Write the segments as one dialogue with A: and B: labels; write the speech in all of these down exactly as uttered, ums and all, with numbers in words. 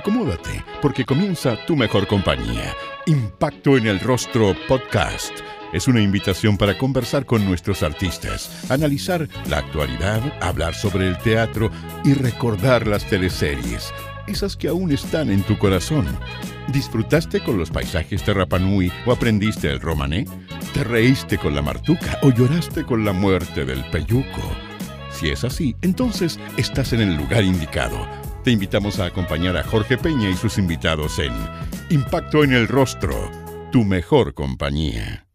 A: Acomódate, porque comienza Tu Mejor Compañía. Impacto en el Rostro Podcast. Es una invitación para conversar con nuestros artistas, analizar la actualidad, hablar sobre el teatro y recordar las teleseries, esas que aún están en tu corazón. ¿Disfrutaste con los paisajes de Rapa Nui o aprendiste el romané? ¿Te reíste con la martuca o lloraste con la muerte del peyuco? Si es así, entonces estás en el lugar indicado. Te invitamos a acompañar a Jorge Peña y sus invitados en Impacto en el Rostro, Tu Mejor Compañía.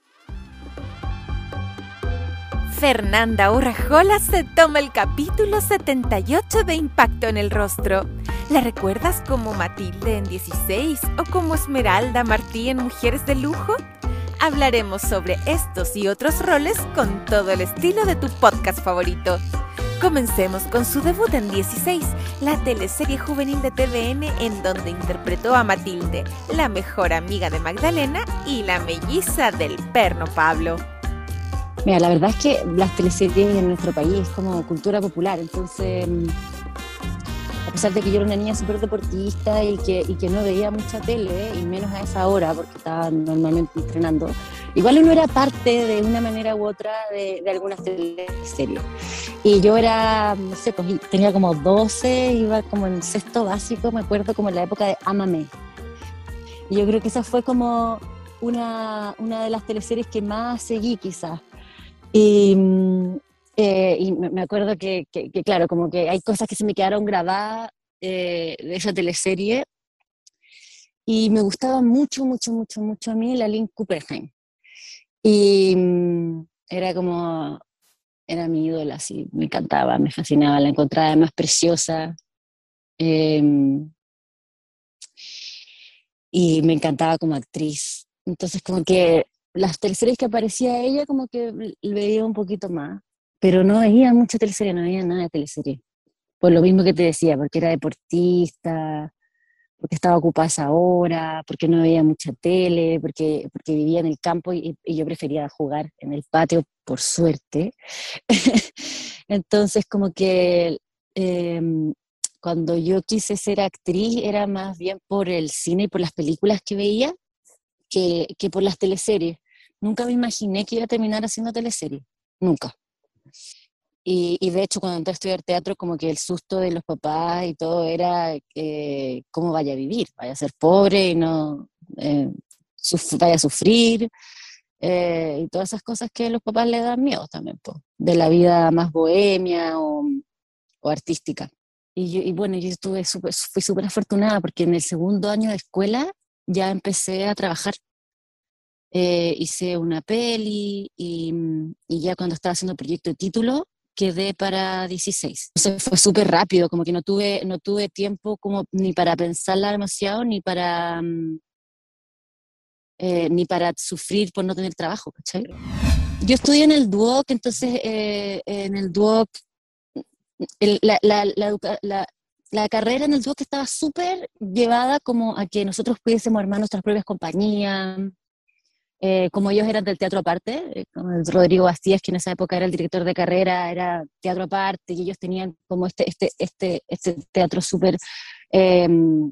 B: Fernanda Urrejola se toma el capítulo setenta y ocho de Impacto en el Rostro. ¿La recuerdas como Matilde en dieciséis o como Esmeralda Martí en Mujeres de Lujo? Hablaremos sobre estos y otros roles con todo el estilo de tu podcast favorito. Comencemos con su debut en dieciséis, la teleserie juvenil de T V N en donde interpretó a Matilde, la mejor amiga de Magdalena y la melliza del perno Pablo.
C: Mira, la verdad es que las teleseries en nuestro país es como cultura popular, entonces a pesar de que yo era una niña súper deportista y que, y que no veía mucha tele, y menos a esa hora porque estaba normalmente entrenando, igual uno era parte de una manera u otra de, de algunas teleseries. Y yo era, no sé, pues, tenía como doce, iba como en sexto básico, me acuerdo como en la época de Ámame. Y yo creo que esa fue como una, una de las teleseries que más seguí quizás. Y, eh, y me acuerdo que, que, que, claro, como que hay cosas que se me quedaron grabadas eh, de esa teleserie, y me gustaba mucho, mucho, mucho, mucho a mí la Lynn Kupperheim. Y um, era como, era mi ídola, así, me encantaba, me fascinaba, la encontraba más preciosa. Eh, y me encantaba como actriz. Entonces como que las teleseries que aparecía ella como que veía un poquito más, pero no veía mucha teleserie, no veía nada de teleserie. Por lo mismo que te decía, porque era deportista, porque estaba ocupada esa hora, porque no veía mucha tele, porque, porque vivía en el campo y, y yo prefería jugar en el patio, por suerte. Entonces como que eh, cuando yo quise ser actriz era más bien por el cine y por las películas que veía que, que por las teleseries. Nunca me imaginé que iba a terminar haciendo teleseries, nunca. Y, y de hecho cuando entré a estudiar teatro como que el susto de los papás y todo era eh, cómo vaya a vivir, vaya a ser pobre y no eh, suf- vaya a sufrir, eh, y todas esas cosas que a los papás le dan miedo también, po, de la vida más bohemia o, o artística. Y, yo, y bueno, yo estuve super, fui súper afortunada porque en el segundo año de escuela ya empecé a trabajar. Eh, hice una peli y, y ya cuando estaba haciendo el proyecto de título quedé para dieciséis. Entonces fue súper rápido, como que no tuve, no tuve tiempo como ni para pensarla demasiado, ni para, mm, eh, ni para sufrir por no tener trabajo, ¿cachai? Yo estudié en el Duoc, entonces eh, en el Duoc, el- la, la, la, educa- la- la carrera en el Duoc estaba súper llevada como a que nosotros pudiésemos armar nuestras propias compañías. Eh, como ellos eran del teatro aparte, eh, como el Rodrigo Bastías, que en esa época era el director de carrera, era teatro aparte, y ellos tenían como este, este, este, este teatro súper, eh,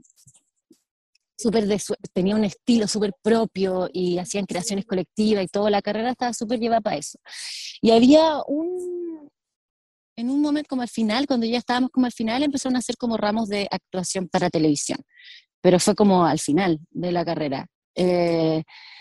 C: súper de su- tenía un estilo súper propio, y hacían creaciones colectivas, y toda la carrera estaba súper llevada para eso. Y había un, en un momento como al final, cuando ya estábamos como al final, empezaron a hacer como ramos de actuación para televisión, pero fue como al final de la carrera. Eh,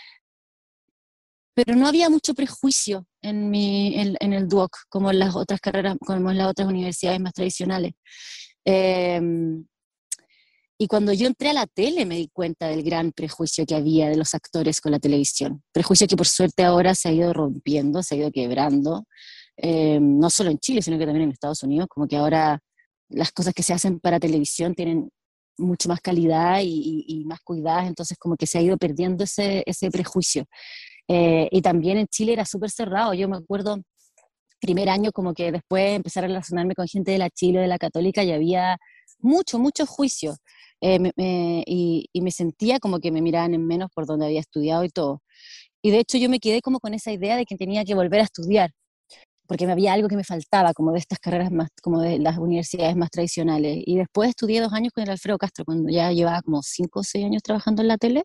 C: pero no había mucho prejuicio en, mi, en, en el Duoc, como en las otras carreras, como en las otras universidades más tradicionales. Eh, y cuando yo entré a la tele me di cuenta del gran prejuicio que había de los actores con la televisión. Prejuicio que por suerte ahora se ha ido rompiendo, se ha ido quebrando, eh, no solo en Chile, sino que también en Estados Unidos, como que ahora las cosas que se hacen para televisión tienen mucho más calidad y, y, y más cuidadas, entonces como que se ha ido perdiendo ese, ese prejuicio. Eh, y también en Chile era súper cerrado. Yo me acuerdo, primer año, como que después empecé a relacionarme con gente de la Chile, de la Católica, y había mucho, mucho juicio. Eh, me- me- y, y me sentía como que me miraban en menos por donde había estudiado y todo. Y de hecho yo me quedé como con esa idea de que tenía que volver a estudiar. porque me había algo que me faltaba, como de estas carreras más, como de las universidades más tradicionales. Y después estudié dos años con el Alfredo Castro, cuando ya llevaba como cinco o seis años trabajando en la tele,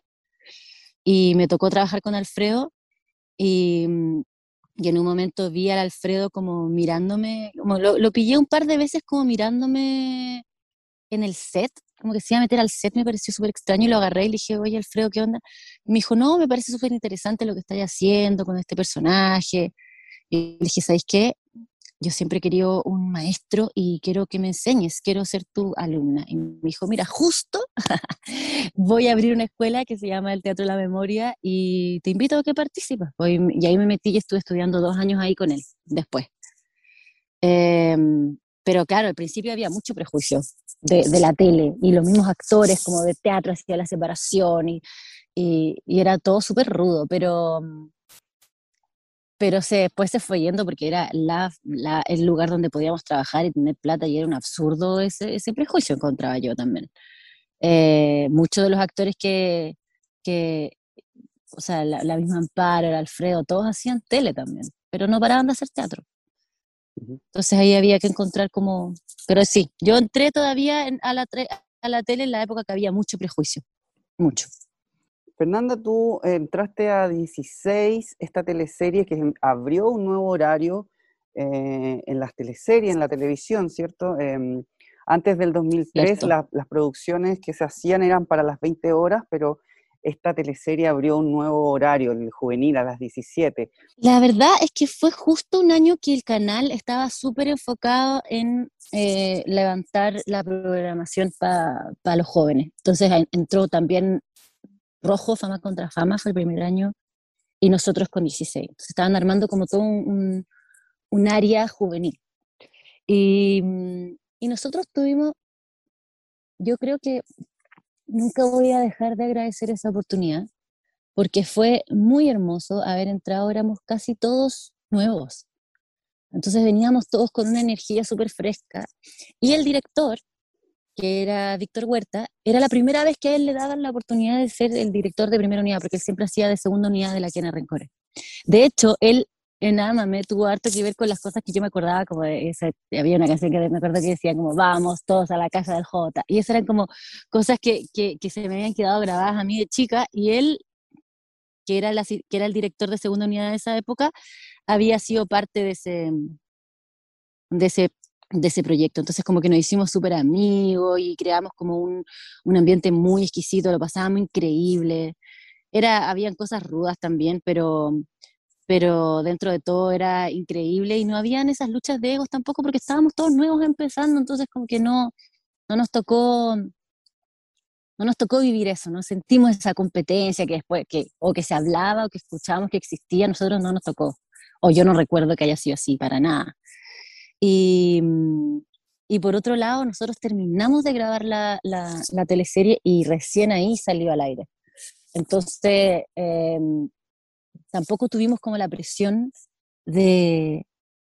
C: y me tocó trabajar con Alfredo, y, y en un momento vi al Alfredo como mirándome, como lo, lo pillé un par de veces como mirándome en el set, como que se iba a meter al set, me pareció súper extraño, y lo agarré y le dije, oye Alfredo, ¿qué onda? Y me dijo, no, me parece súper interesante lo que estás haciendo con este personaje. Y le dije, ¿sabes qué? Yo siempre he querido un maestro y quiero que me enseñes, quiero ser tu alumna. Y me dijo, mira, justo voy a abrir una escuela que se llama el Teatro de la Memoria y te invito a que participes. Pues, y ahí me metí y estuve estudiando dos años ahí con él, después. Eh, pero claro, al principio había mucho prejuicio de, de la tele, y los mismos actores como de teatro hacían la separación, y, y, y era todo súper rudo, pero pero se, después se fue yendo porque era la, la- el lugar donde podíamos trabajar y tener plata, y era un absurdo ese, ese prejuicio, encontraba yo también. Eh, muchos de los actores que, que o sea, la, la misma Amparo, el Alfredo, todos hacían tele también, pero no paraban de hacer teatro.
D: Ujú.
C: Entonces ahí había que encontrar como... Pero sí, yo entré todavía en- a, la, tre- a la tele en la época que había mucho prejuicio, mucho.
D: Fernanda, tú eh, entraste a dieciséis, esta teleserie que em- abrió un nuevo horario eh, en las teleseries, en la televisión, ¿cierto? Em, antes del dos mil tres,
C: ¿Cierto?
D: la- las producciones que se hacían eran para las veinte horas, pero esta teleserie abrió un nuevo horario, el juvenil, a las diecisiete.
C: La verdad es que fue justo un año que el canal estaba súper enfocado en eh, levantar la programación para los jóvenes. Entonces en- entró también Rojo, Fama contra Fama, fue el primer año, y nosotros con dieciséis. Entonces estaban armando como todo un, un- un área juvenil. Y, mm, y nosotros tuvimos, yo creo que nunca voy a dejar de agradecer esa oportunidad, porque fue muy hermoso haber entrado, éramos casi todos nuevos. Entonces veníamos todos con una energía súper fresca. Y el director, que era Víctor Huerta, era la primera vez que a él le daban la oportunidad de ser el director de primera unidad, porque él siempre hacía de segunda unidad de la Quena Rencore. De hecho, él en Ámame tuvo harto que ver con las cosas que yo me acordaba, como de esa, había una canción que me acuerdo que decía como vamos todos a la casa del Jota, y esas eran como cosas que, que, que se me habían quedado grabadas a mí de chica, y él, que era, la, que era el director de segunda unidad de esa época, había sido parte de ese, de ese, de ese proyecto. Entonces como que nos hicimos súper amigos y creamos como un, un ambiente muy exquisito, lo pasábamos increíble. Era, habían cosas rudas también, pero, pero dentro de todo era increíble, y no habían esas luchas de egos tampoco porque estábamos todos nuevos empezando, entonces como que no, no nos tocó... No nos tocó vivir eso, no sentimos esa competencia que después, que, o que se hablaba o que escuchábamos que existía, a nosotros no nos tocó. O yo no recuerdo que haya sido así, para nada. Y, y por otro lado, nosotros terminamos de grabar la, la, la teleserie y recién ahí salió al aire. Entonces, eh, tampoco tuvimos como la presión de,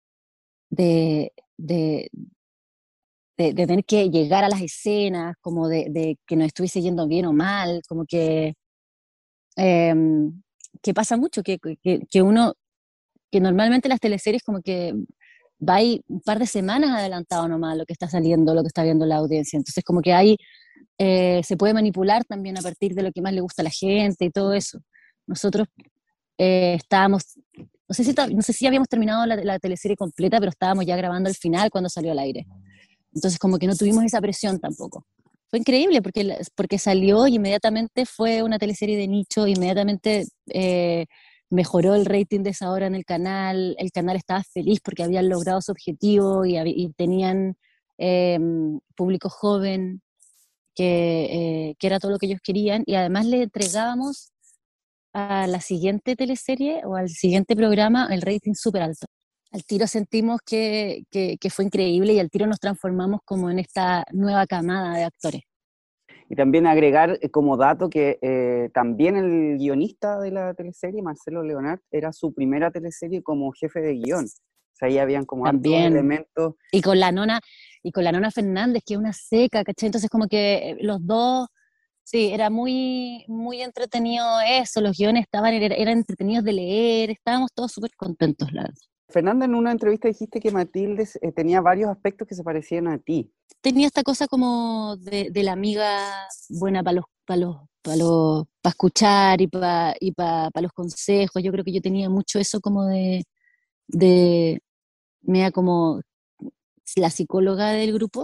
C: de, de, de, de tener que llegar a las escenas, como de, de que nos estuviese yendo bien o mal, como que, eh, que pasa mucho, que, que, que uno, que normalmente las teleseries como que va ahí un par de semanas adelantado nomás lo que está saliendo, lo que está viendo la audiencia. Entonces como que ahí eh, se puede manipular también a partir de lo que más le gusta a la gente y todo eso. Nosotros eh, estábamos, no sé, si, no sé si habíamos terminado la, la teleserie completa, pero estábamos ya grabando el final cuando salió al aire. Entonces como que no tuvimos esa presión tampoco. Fue increíble porque, porque salió y inmediatamente fue una teleserie de nicho, inmediatamente eh, mejoró el rating de esa hora en el canal, el canal estaba feliz porque habían logrado su objetivo y, y tenían eh, público joven, que, eh, que era todo lo que ellos querían, y además le entregábamos a la siguiente teleserie o al siguiente programa el rating súper alto. Al tiro sentimos que, que, que fue increíble, y al tiro nos transformamos como en esta nueva camada de actores.
D: Y también agregar eh, como dato que eh, también el guionista de la teleserie, Marcelo Leonard, era su primera teleserie como jefe de guión. O sea, ahí habían como hartos
C: También.
D: elementos.
C: Y con la nona, y con la nona Fernández, que es una seca, ¿cachai? Entonces como que los dos, sí, era muy, muy entretenido eso, los guiones estaban, eran, eran entretenidos de leer, estábamos todos súper contentos, la verdad.
D: Fernanda, en una entrevista dijiste que Matilde eh, tenía varios aspectos que se parecían a ti.
C: Tenía esta cosa como de, de la amiga buena para los, para los, para los, para escuchar y para y para para los consejos. Yo creo que yo tenía mucho eso como de, de mea como la psicóloga del grupo.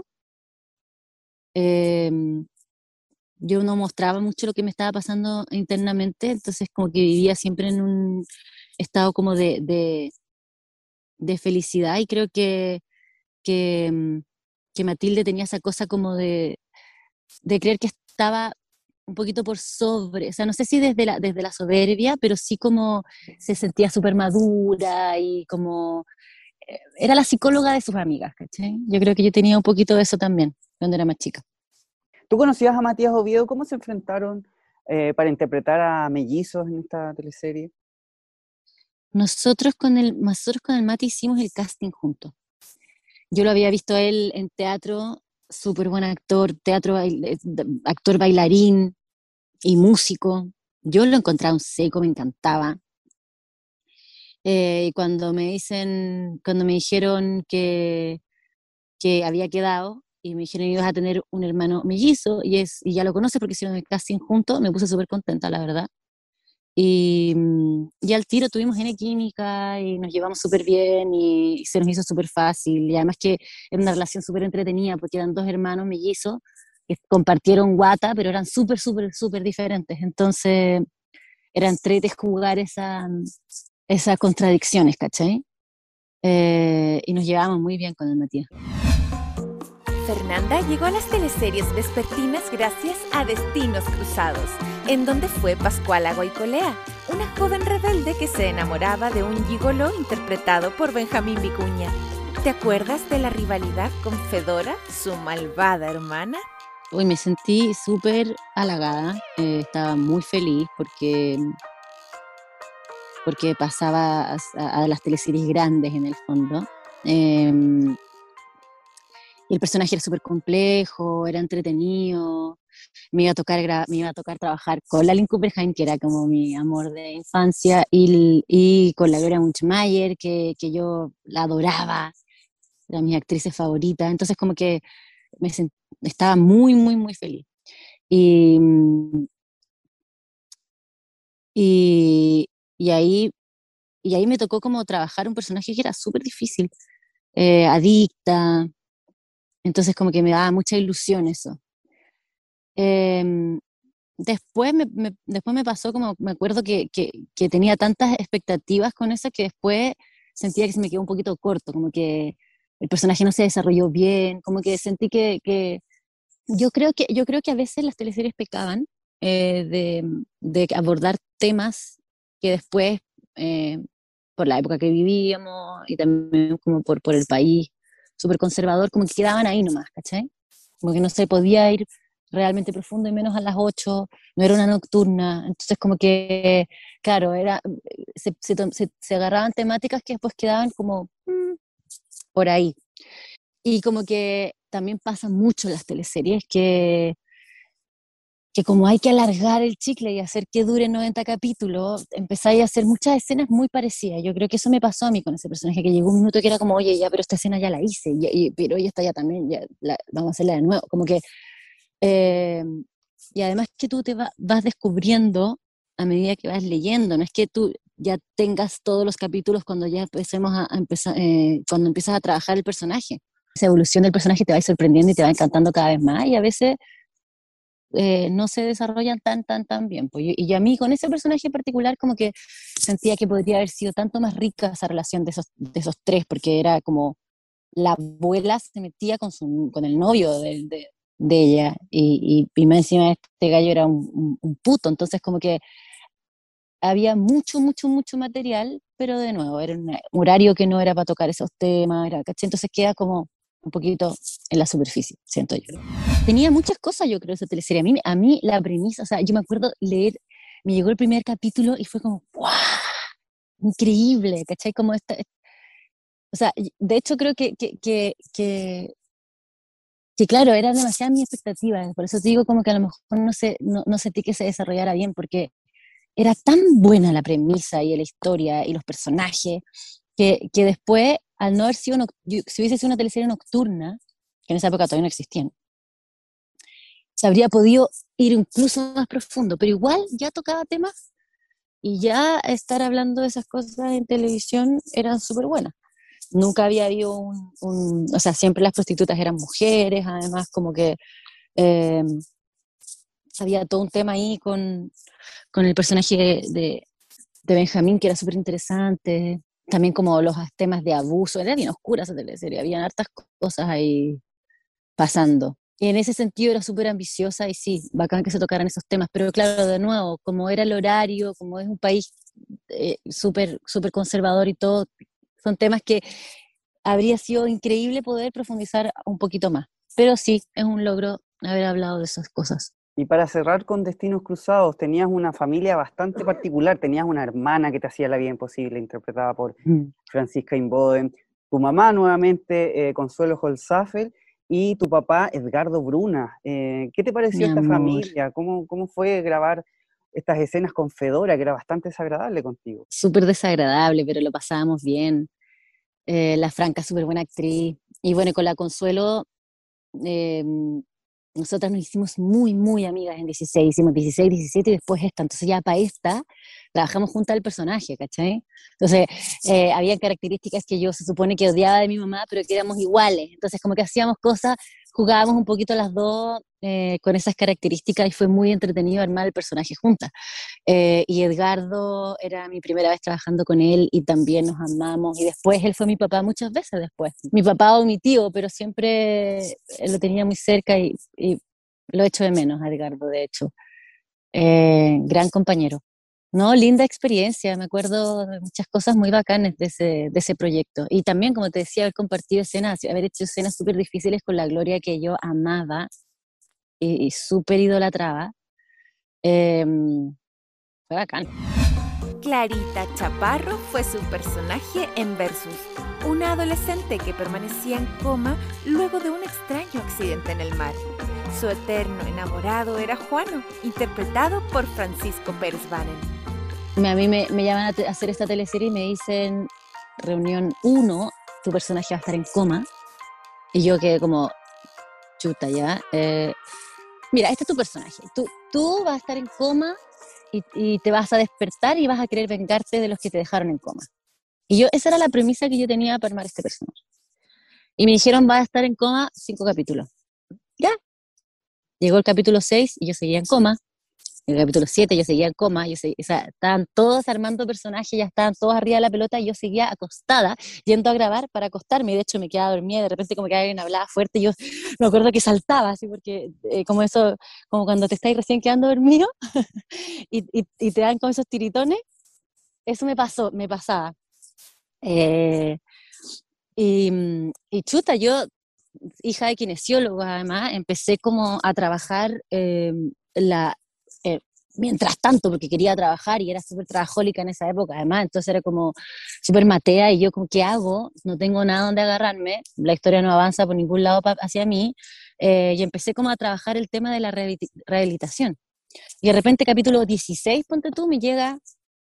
C: Eh, yo no mostraba mucho lo que me estaba pasando internamente, entonces como que vivía siempre en un estado como de, de, de felicidad, y creo que, que, mm, que Matilde tenía esa cosa como de, de creer que estaba un poquito por sobre, o sea, no sé si desde la, desde la soberbia, pero sí como se sentía súper madura y como eh, era la psicóloga de sus amigas, ¿cachai? Yo creo que yo tenía un poquito de eso también cuando era más chica.
D: ¿Tú conocías a Matías Oviedo? ¿Cómo se enfrentaron eh, para interpretar a mellizos en esta teleserie?
C: Nosotros con el, nosotros con el Mati hicimos el casting juntos. Yo lo había visto a él en teatro, súper buen actor, teatro, bail- actor bailarín y músico. Yo lo encontraba un seco, me encantaba. Eh, y cuando me dicen, cuando me dijeron que, que había quedado, y me dijeron que ibas a tener un hermano mellizo, y, es, y ya lo conoces porque hicieron el casting juntos, me puse súper contenta, la verdad. Y, mm, y al tiro tuvimos N química y nos llevamos súper bien y se nos hizo súper fácil. Y además que era una relación súper entretenida porque eran dos hermanos mellizos que compartieron guata, pero eran súper, súper, súper diferentes. Entonces era entrete jugar esa, esas contradicciones, ¿cachai? Eh, y nos llevábamos muy bien con el Matías.
B: Fernanda llegó a las teleseries vespertinas gracias a Destinos Cruzados, en donde fue Pascuala Goicolea, una joven rebelde que se enamoraba de un gigoló interpretado por Benjamín Vicuña. ¿Te acuerdas de la rivalidad con Fedora, su malvada hermana?
C: Hoy me sentí súper halagada, eh, estaba muy feliz porque, porque pasaba a, a las teleseries grandes en el fondo. Eh, y el personaje era súper complejo, era entretenido, me iba a tocar, gra- me iba a tocar trabajar con la Lynn Kupperheim, que era como mi amor de infancia, y, y con la Gloria Munchmeyer, que, que yo la adoraba, era mi actriz favorita, entonces como que me sent- estaba muy, muy, muy feliz. Y, y, y ahí, y ahí me tocó como trabajar un personaje que era súper difícil, eh, adicta, entonces como que me daba mucha ilusión eso. Em, después, me, me- después me pasó como, me acuerdo que, que, que tenía tantas expectativas con eso que después sentía que se me quedó un poquito corto, como que el personaje no se desarrolló bien, como que sentí que, que yo creo que, yo creo que a veces las teleseries pecaban eh, de, de abordar temas que después, eh, por la época que vivíamos y también como por, por el país súper conservador, como que quedaban ahí nomás, ¿cachai? Como que no se podía ir realmente profundo y menos a las ocho, no era una nocturna, entonces como que, claro, era, se, se, se, se agarraban temáticas que después quedaban como mm, por ahí. Y como que también pasa mucho en las teleseries que, que como hay que alargar el chicle y hacer que dure noventa capítulos, empezáis a hacer muchas escenas muy parecidas. Yo creo que eso me pasó a mí con ese personaje, que llegó un minuto que era como, oye, ya, pero esta escena ya la hice, y, y, pero ella está ya también, ya, la, vamos a hacerla de nuevo. Como que, eh, y además que tú te va, vas descubriendo a medida que vas leyendo, no es que tú ya tengas todos los capítulos cuando ya empecemos a, a empezar, eh, cuando empiezas a trabajar el personaje. Esa evolución del personaje te va a ir sorprendiendo y te va encantando cada vez más, y a veces eh, no se desarrollan tan, tan, tan bien. Pues, y, y a mí con ese personaje en particular como que sentía que podría haber sido tanto más rica esa relación de esos, de esos tres, porque era como la abuela se metía con, su, con el novio de, de, de ella, y, y, y más encima este gallo era un, un, un puto, entonces como que había mucho, mucho, mucho material, pero de nuevo, era un horario que no era para tocar esos temas, era, ¿cachai? Entonces queda como un poquito en la superficie, siento yo. Tenía muchas cosas, yo creo, esa teleserie. A mí, a mí la premisa, o sea, yo me acuerdo leer, me llegó el primer capítulo y fue como, ¡guau! Increíble, ¿cachai? Como esta, o sea, de hecho creo que, que, que, que, que claro, eran demasiadas mis expectativas, por eso te digo como que a lo mejor no, sé, no, no sentí que se desarrollara bien, porque era tan buena la premisa y la historia y los personajes, que, que después, al no haber sido, noc- yo- si hubiese sido una teleserie nocturna, que en esa época todavía no existían, se habría podido ir incluso más profundo, pero igual ya tocaba temas y ya estar hablando de esas cosas en televisión eran súper buenas. Nunca había habido un, un- o sea, siempre las prostitutas eran mujeres, además como que eh, había todo un tema ahí con, con el personaje de, de Benjamín, que era súper interesante, también como los temas de abuso, era bien oscura esa teleserie, había hartas cosas ahí pasando. Y en ese sentido era súper ambiciosa y sí, bacán que se tocaran esos temas, pero claro, de nuevo, como era el horario, como es un país eh, súper súper conservador y todo, son temas que habría sido increíble poder profundizar un poquito más. Pero sí, es un logro haber hablado de esas cosas.
D: Y para cerrar con Destinos Cruzados, tenías una familia bastante particular, tenías una hermana que te hacía la vida imposible, interpretada por
C: Mm.
D: Franziska Inboden, tu mamá nuevamente, eh, Consuelo Holzapfel, y tu papá, Edgardo Bruna. Eh, ¿qué te
C: Mi
D: pareció esta
C: amor,
D: familia? ¿Cómo, cómo fue grabar estas escenas con Fedora, que era bastante desagradable contigo?
C: súper desagradable, pero lo pasábamos bien. Eh, la Franca, súper buena actriz. Y bueno, con la Consuelo, eh, nosotras nos hicimos muy, muy amigas en dieciséis, hicimos dieciséis, diecisiete y después esta. Entonces ya para esta trabajamos junto al personaje, ¿cachai? Entonces eh, había características que yo se supone que odiaba de mi mamá, pero que éramos iguales. Entonces como que hacíamos cosas, jugábamos un poquito las dos eh, con esas características y fue muy entretenido armar el personaje juntas. Eh, y Edgardo era mi primera vez trabajando con él y también nos amamos. Y después él fue mi papá muchas veces después. Mi papá o mi tío, pero siempre eh, lo tenía muy cerca y, y lo echo de menos a Edgardo, de hecho. Eh, gran compañero. No, linda experiencia, me acuerdo de muchas cosas muy bacanas de ese, de ese proyecto. Y también, como te decía, haber compartido escenas, haber hecho escenas súper difíciles con la Gloria que yo amaba y, y súper idolatraba. Eh, fue bacán.
B: Clarita Chaparro fue su personaje en Versus, una adolescente que permanecía en coma luego de un extraño accidente en el mar. Su eterno enamorado era Juano, interpretado por Francisco Pérez Banen.
C: A mí me, me llaman a te- a hacer esta teleserie y me dicen, reunión uno, tu personaje va a estar en coma. Y yo quedé como, chuta ya. eh, mira, este es tu personaje. Tú, tú vas a estar en coma y, y te vas a despertar y vas a querer vengarte de los que te dejaron en coma. Y yo, esa era la premisa que yo tenía para armar este personaje. Y me dijeron, va a estar en coma cinco capítulos. Ya. Llegó el capítulo seis y yo seguía en coma. En el capítulo siete yo seguía en coma, yo seguía, o sea, estaban todos armando personajes, ya estaban todos arriba de la pelota y yo seguía acostada, yendo a grabar para acostarme, y de hecho me quedaba dormida, de repente como que alguien hablaba fuerte, y yo me acuerdo que saltaba, así porque eh, como eso, como cuando te estáis recién quedando dormido y, y, y te dan como esos tiritones, eso me pasó, me pasaba. Eh, y, y chuta, yo, hija de kinesiólogo además, empecé como a trabajar eh, la... eh, mientras tanto, porque quería trabajar y era súper trabajólica en esa época, además, entonces era como súper matea y yo como, ¿qué hago? No tengo nada donde agarrarme, la historia no avanza por ningún lado pa- hacia mí, eh, y empecé como a trabajar el tema de la rehabili- rehabilitación. Y de repente capítulo dieciséis, ponte tú, me llega,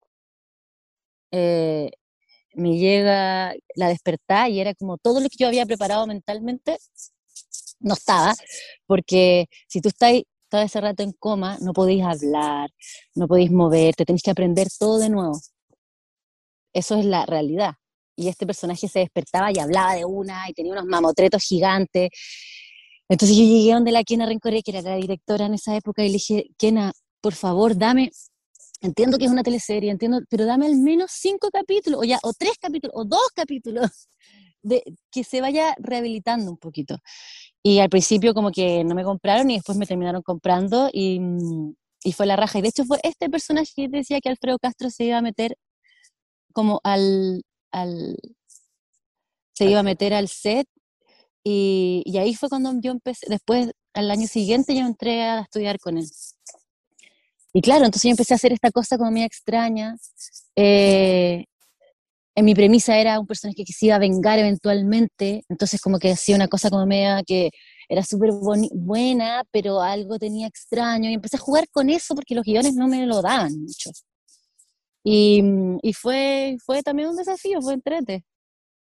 C: eh, me llega la despertada y era como todo lo que yo había preparado mentalmente no estaba, porque si tú estás todo ese rato en coma, no podéis hablar, no podéis moverte, tenéis que aprender todo de nuevo. Eso es la realidad. Y este personaje se despertaba y hablaba de una y tenía unos mamotretos gigantes. Entonces yo llegué a donde la Kena Rencoré, que era la directora en esa época, y le dije, Kena, por favor, dame, entiendo que es una teleserie, entiendo, pero dame al menos cinco capítulos, o ya, o tres capítulos, o dos capítulos, de, que se vaya rehabilitando un poquito. Y al principio como que no me compraron y después me terminaron comprando y, y fue la raja. Y de hecho fue este personaje que decía que Alfredo Castro se iba a meter como al, al se
D: Al
C: iba a
D: set.
C: meter al set y, y ahí fue cuando yo empecé, después al año siguiente yo entré a estudiar con él. Y claro, entonces yo empecé a hacer esta cosa como media extraña. Eh, en mi premisa era un personaje que se iba a vengar eventualmente, entonces como que hacía una cosa como media que era súper buena, pero algo tenía extraño, y empecé a jugar con eso porque los guiones no me lo daban mucho. Y, y fue, fue también un desafío, fue entrete.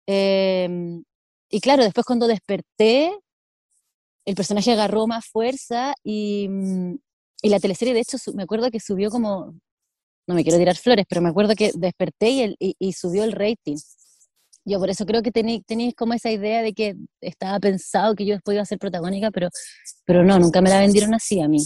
C: Eh, y claro, después cuando desperté, el personaje agarró más fuerza y, mm, y la teleserie, de hecho, su- me acuerdo que subió como, no me quiero tirar flores, pero me acuerdo que desperté y, el, y, y subió el rating. Yo por eso creo que tení- tenéis como esa idea de que estaba pensado que yo después iba a ser protagónica, pero, pero no, nunca me la vendieron así a mí.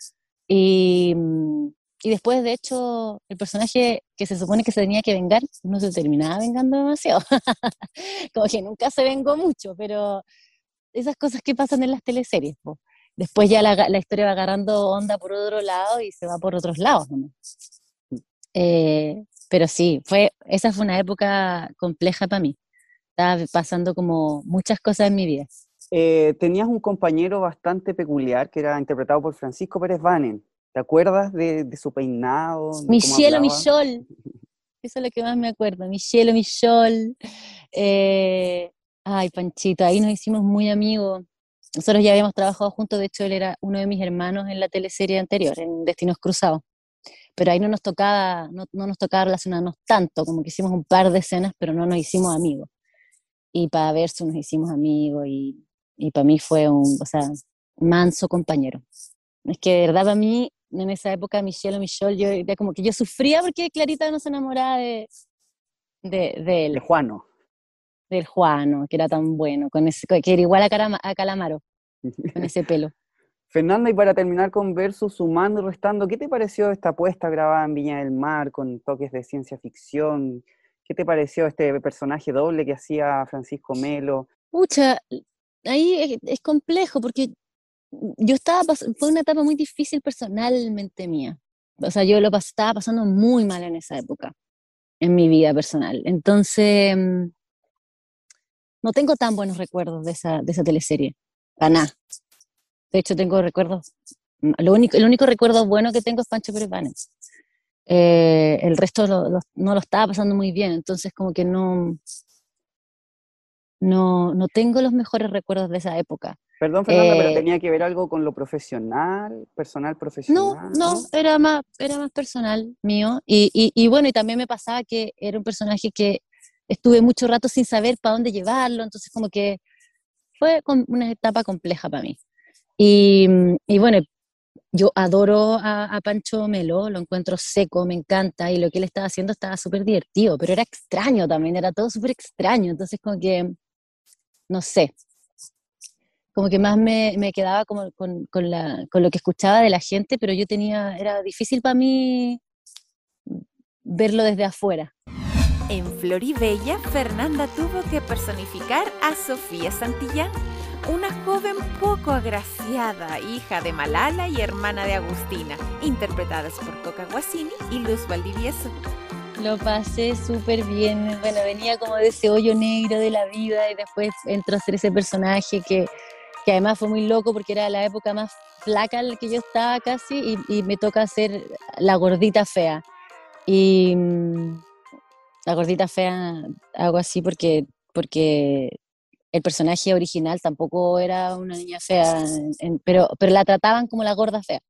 C: Y, mm, y después, de hecho, el personaje que se supone que se tenía que vengar, no se terminaba vengando demasiado. Como que nunca se vengó mucho, pero esas cosas que pasan en las teleseries, po. Después ya la, la historia va agarrando onda por otro lado y se va por otros lados, ¿no? Eh, pero sí, fue, esa fue una época compleja para mí. Estaba pasando como muchas cosas en mi vida.
D: Eh, tenías un compañero bastante peculiar que era interpretado por Francisco Pérez Banen. ¿Te acuerdas de, de su peinado, de cómo
C: Michelle o
D: hablaba?
C: Michol, eso es lo que más me acuerdo. Michelle o Michol. Eh, ay, Panchito, ahí nos hicimos muy amigos. Nosotros ya habíamos trabajado juntos, de hecho él era uno de mis hermanos en la teleserie anterior, en Destinos Cruzados. Pero ahí no nos tocaba, no, no nos tocaba relacionarnos tanto, como que hicimos un par de escenas, pero no nos hicimos amigos. Y para Versus nos hicimos amigos y, y para mí fue un, o sea, manso compañero. Es que de verdad para mí, en esa época, Michelle o Michelle, yo era como que yo sufría porque Clarita no se enamoraba de, de, de
D: De
C: él,
D: Juano.
C: del Juano, que era tan bueno, con ese, que era igual a, Carama, a Calamaro, con ese pelo.
D: Fernanda, y para terminar con Versus, sumando y restando, ¿qué te pareció esta apuesta grabada en Viña del Mar con toques de ciencia ficción? ¿Qué te pareció este personaje doble que hacía Francisco Melo?
C: Pucha, ahí es, es complejo porque yo estaba, pas- fue una etapa muy difícil personalmente mía. O sea, yo lo pas- estaba pasando muy mal en esa época, en mi vida personal. Entonces, mm, no tengo tan buenos recuerdos de esa, de esa teleserie, para nada. De hecho, tengo recuerdos, mm, lo único, el único recuerdo bueno que tengo es Pancho Pérez Banes. Eh, el resto lo- lo- no lo estaba pasando muy bien, entonces como que no, no, no tengo los mejores recuerdos de esa época.
D: Perdón, Fernanda, pero
C: Eh,
D: tenía que ver algo con lo profesional, personal
C: No,
D: profesional,
C: no,
D: ¿no?
C: era más, era más personal mío. Y, y, y bueno, y también me pasaba que era un personaje que estuve mucho rato sin saber para dónde llevarlo, entonces como que fue com- una etapa compleja para mí. Y, y bueno, yo adoro a, a Pancho Melo, lo encuentro seco, me encanta, y lo que él estaba haciendo estaba súper divertido, pero era extraño también, era todo súper extraño, entonces como que, no sé, como que más me, me quedaba como con, con, la, con lo que escuchaba de la gente, pero yo tenía, era difícil para mí verlo desde afuera.
B: En Floribella, Fernanda tuvo que personificar a Sofía Santillán, una joven poco agraciada, hija de Malala y hermana de Agustina, interpretadas por Coca Guasini y Luz Valdivieso.
C: Lo pasé súper bien, bueno, venía como de ese hoyo negro de la vida y después entró a ser ese personaje que, que además fue muy loco porque era la época más flaca en la que yo estaba casi y, y me toca ser la gordita fea. Y mm, la gordita fea hago así porque, porque el personaje original tampoco era una niña fea, en- en- pero, pero la trataban como la gorda fea.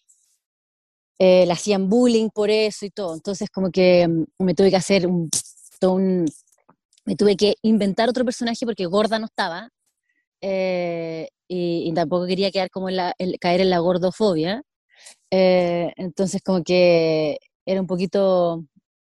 C: Eh, le hacían bullying por eso y todo. Entonces como que mm, me tuve que hacer un, todo un- me tuve que inventar otro personaje porque gorda no estaba, eh, y, y tampoco quería quedar como en la, el- caer en la gordofobia. Eh, entonces como que era un poquito,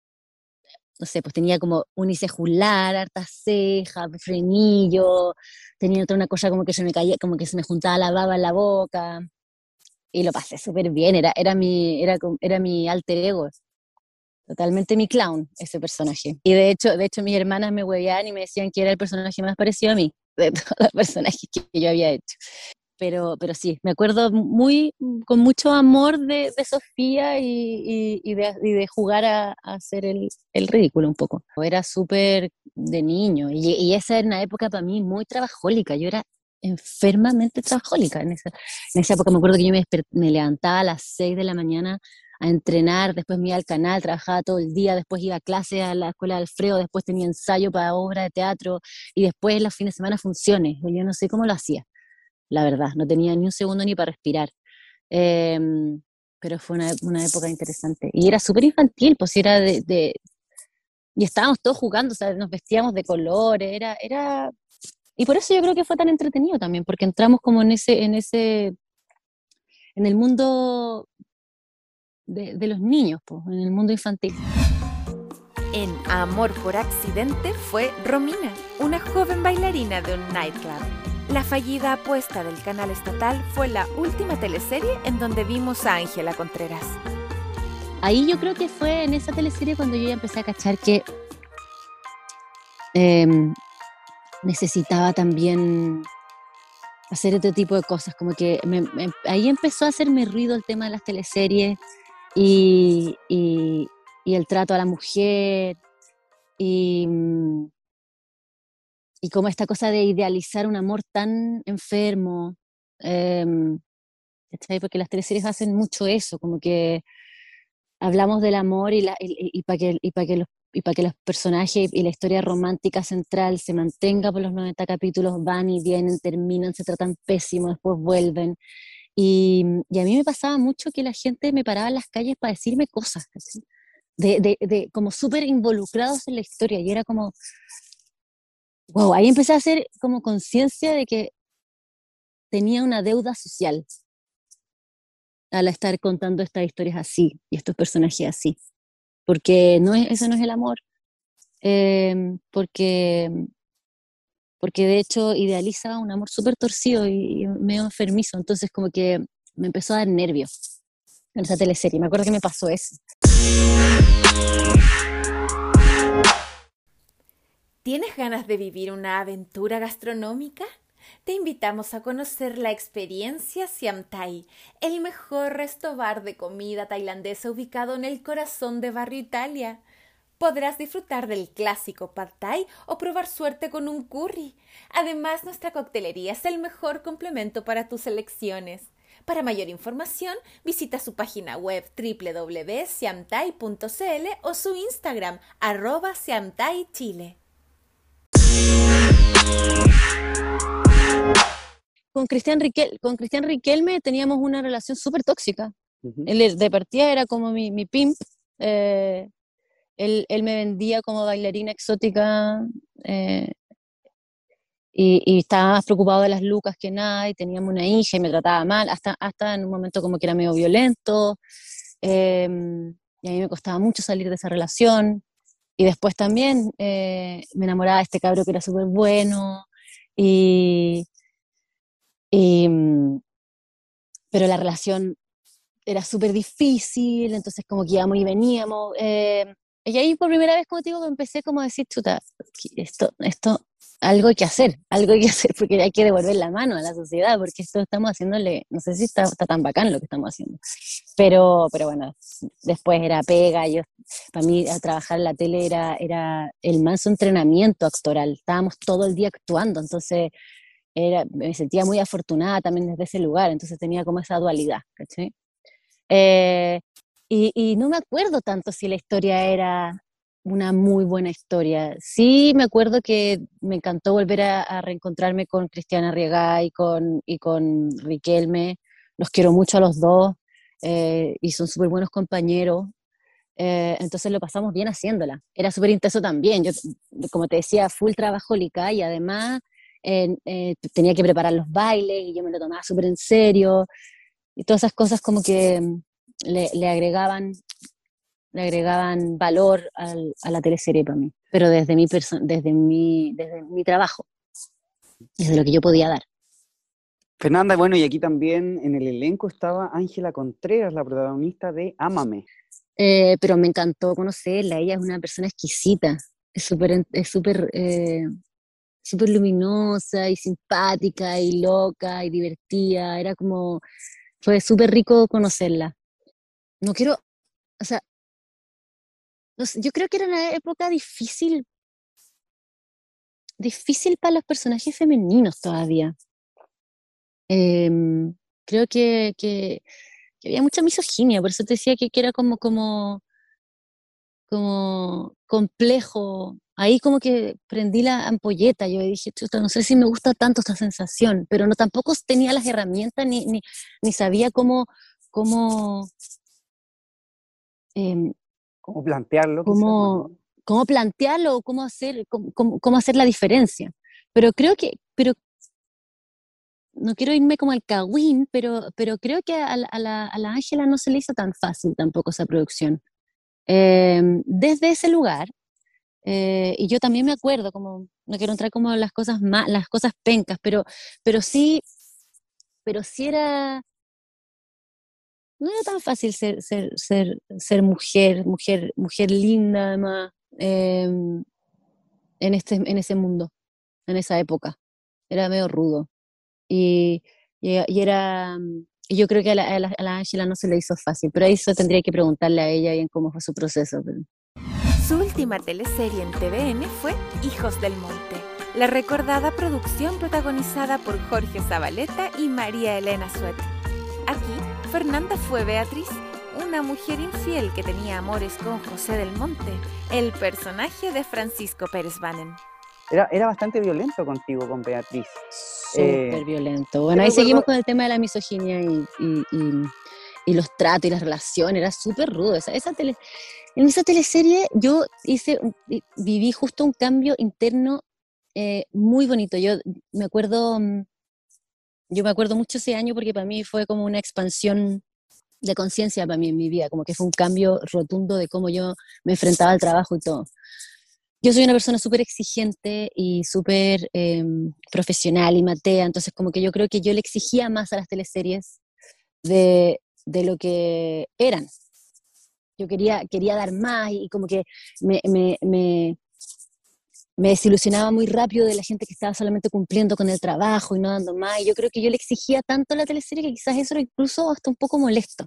C: no sé, pues tenía como unicejular, hartas cejas, frenillo, tenía otra una cosa como que se me caía, como que se me juntaba la baba en la boca, y lo pasé súper bien, era, era, mi, era, como- era mi alter ego, totalmente mi clown, ese personaje. Y de hecho, de hecho mis hermanas me hueveaban y me decían que era el personaje más parecido a mí, de todos los personajes que yo había hecho. Pero, pero sí, me acuerdo muy, con mucho amor de, de Sofía y, y, y de, y de jugar a, a hacer el, el ridículo un poco. Era súper de niño y, y esa era una época para mí muy trabajólica. Yo era enfermamente trabajólica en esa, en esa época. Me acuerdo que yo me, desper- me levantaba a las seis de la mañana a entrenar, después me iba al canal, trabajaba todo el día, después iba a clase a la escuela de Alfredo, después tenía ensayo para obra de teatro y después los fines de semana funciones. Yo no sé cómo lo hacía, la verdad, no tenía ni un segundo ni para respirar. Eh, pero fue una, una época interesante. Y era súper infantil, pues era de, de, y estábamos todos jugando, o sea, nos vestíamos de colores, era, era, y por eso yo creo que fue tan entretenido también, porque entramos como en ese, en ese, en el mundo de, de los niños, pues, en el mundo infantil.
B: En Amor por Accidente fue Romina, una joven bailarina de un nightclub. La fallida apuesta del canal estatal fue la última teleserie en donde vimos a Ángela Contreras.
C: Ahí yo creo que fue en esa teleserie cuando yo ya empecé a cachar que eh, necesitaba también hacer otro tipo de cosas, como que me, me, ahí empezó a hacerme ruido el tema de las teleseries y, y, y el trato a la mujer y, y como esta cosa de idealizar un amor tan enfermo, eh, porque las teleseries hacen mucho eso, como que hablamos del amor y, la, y, y para que, y pa que, los, y pa que los personajes y la historia romántica central se mantenga por los noventa capítulos, van y vienen, terminan, se tratan pésimo, después vuelven. Y, y a mí me pasaba mucho que la gente me paraba en las calles para decirme cosas, ¿sí? de, de, de, como súper involucrados en la historia, y era como, wow, ahí empecé a hacer como conciencia de que tenía una deuda social al estar contando estas historias así, y estos personajes así, porque no es, eso no es el amor, eh, porque, porque de hecho idealiza un amor súper torcido y, y medio enfermizo, entonces como que me empezó a dar nervios en esa teleserie, me acuerdo que me pasó eso.
B: ¿Tienes ganas de vivir una aventura gastronómica? Te invitamos a conocer la experiencia Siam Thai, el mejor resto bar de comida tailandesa ubicado en el corazón de Barrio Italia. Podrás disfrutar del clásico Pad Thai o probar suerte con un curry. Además, nuestra coctelería es el mejor complemento para tus elecciones. Para mayor información, visita su página web doble u doble u doble u punto siam thai punto c l o su Instagram, arroba siamthaichile.
C: Con Cristian Riquel, con Cristian Riquelme teníamos una relación súper tóxica.
D: Ujú.
C: Él de partida era como mi, mi pimp, eh, él, él me vendía como bailarina exótica, eh, y, y estaba más preocupado de las lucas que nada, y teníamos una hija y me trataba mal, hasta, hasta en un momento como que era medio violento, eh, y a mí me costaba mucho salir de esa relación, y después también eh, me enamoraba de este cabro que era súper bueno, y, y, pero la relación era súper difícil, entonces como que íbamos y veníamos, eh, y ahí por primera vez, como te digo, empecé como a decir, chuta, esto, esto, algo hay que hacer, algo hay que hacer, porque hay que devolver la mano a la sociedad, porque esto estamos haciéndole, no sé si está, está tan bacán lo que estamos haciendo, pero, pero bueno, después era pega, yo, para mí a trabajar en la tele era, era el manso entrenamiento actoral, estábamos todo el día actuando, entonces era, me sentía muy afortunada también desde ese lugar, entonces tenía como esa dualidad, ¿cachai? Eh, y, y no me acuerdo tanto si la historia era una muy buena historia. Sí me acuerdo que me encantó volver a, a reencontrarme con Cristiana Riegá y con, y con Riquelme. Los quiero mucho a los dos, eh, y son súper buenos compañeros. Eh, entonces lo pasamos bien haciéndola. Era súper intenso también. Yo, como te decía, full trabajólica, y además eh, eh, tenía que preparar los bailes y yo me lo tomaba súper en serio. Y todas esas cosas como que le, le agregaban le agregaban valor al, a la teleserie para mí, pero desde mi, perso- desde, mi, desde mi trabajo, desde lo que yo podía dar.
D: Fernanda, bueno, y aquí también en el elenco estaba Ángela Contreras, la protagonista de Ámame.
C: Eh, pero me encantó conocerla, ella es una persona exquisita, es súper es súper eh, súper luminosa y simpática y loca y divertida, era como, fue súper rico conocerla. No quiero, o sea, no sé, yo creo que era una época difícil, difícil para los personajes femeninos todavía. Eh, creo que, que, que había mucha misoginia, por eso te decía que, que era como, como, como complejo. Ahí como que prendí la ampolleta, yo dije, chuta, no sé si me gusta tanto esta sensación, pero no tampoco tenía las herramientas ni, ni, ni sabía cómo, cómo, eh,
D: ¿Cómo plantearlo, quizás?
C: cómo,
D: ¿No?
C: cómo plantearlo, cómo hacer, cómo, cómo, cómo hacer la diferencia. Pero creo que, pero no quiero irme como al cagüín, pero, pero creo que a, a la, a la Ángela no se le hizo tan fácil tampoco esa producción. Eh, desde ese lugar, eh, y yo también me acuerdo, como, no quiero entrar como en las cosas más, las cosas pencas, pero, pero sí, pero sí era, no era tan fácil ser, ser, ser, ser mujer, mujer, mujer linda además, eh, en, este, en ese mundo, en esa época. Era medio rudo. Y, y, y era, y yo creo que a la, a la, a la Ángela no se le hizo fácil, pero eso tendría que preguntarle a ella bien cómo fue su proceso. Pero...
B: Su última teleserie en T V N fue Hijos del Monte, la recordada producción protagonizada por Jorge Zabaleta y María Elena Suet. Aquí, Fernanda fue Beatriz, una mujer infiel que tenía amores con José del Monte, el personaje de Francisco Pérez Banen.
D: Era, era bastante violento contigo, con Beatriz.
C: Súper
D: Eh,
C: violento. Bueno, ahí
D: recuerdo...
C: seguimos con el tema de la misoginia y, y, y, y los tratos y las relaciones. Era súper rudo. Esa, esa tele... En esa teleserie yo hice, viví justo un cambio interno eh, muy bonito. Yo me acuerdo, yo me acuerdo mucho ese año porque para mí fue como una expansión de conciencia para mí en mi vida, como que fue un cambio rotundo de cómo yo me enfrentaba al trabajo y todo. Yo soy una persona súper exigente y súper eh, profesional y matea, entonces como que yo creo que yo le exigía más a las teleseries de, de lo que eran. Yo quería, quería dar más y como que me, me, me, me desilusionaba muy rápido de la gente que estaba solamente cumpliendo con el trabajo y no dando más. Y yo creo que yo le exigía tanto a la teleserie que quizás eso era incluso hasta un poco molesto.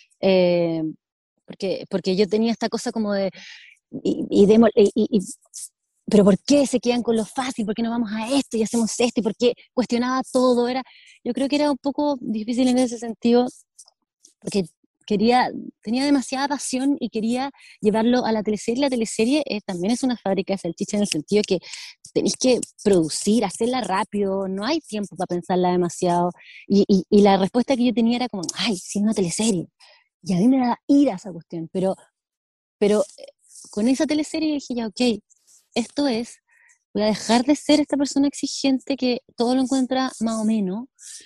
C: Eh, porque, porque yo tenía esta cosa como de... Y, y, de, y, y, pero ¿por qué se quedan con lo fácil? ¿Por qué no vamos a esto y hacemos esto? ¿Y por qué cuestionaba todo? Era, yo creo que era un poco difícil en ese sentido, porque quería, tenía demasiada pasión y quería llevarlo a la teleserie. La teleserie eh, también es una fábrica de salchicha en el sentido que tenéis que producir, hacerla rápido, no hay tiempo para pensarla demasiado. Y, y, y la respuesta que yo tenía era como, ay, si es una teleserie. Y a mí me da ira esa cuestión, pero, pero con esa teleserie dije ya, ok, esto es, voy a dejar de ser esta persona exigente que todo lo encuentra más o menos,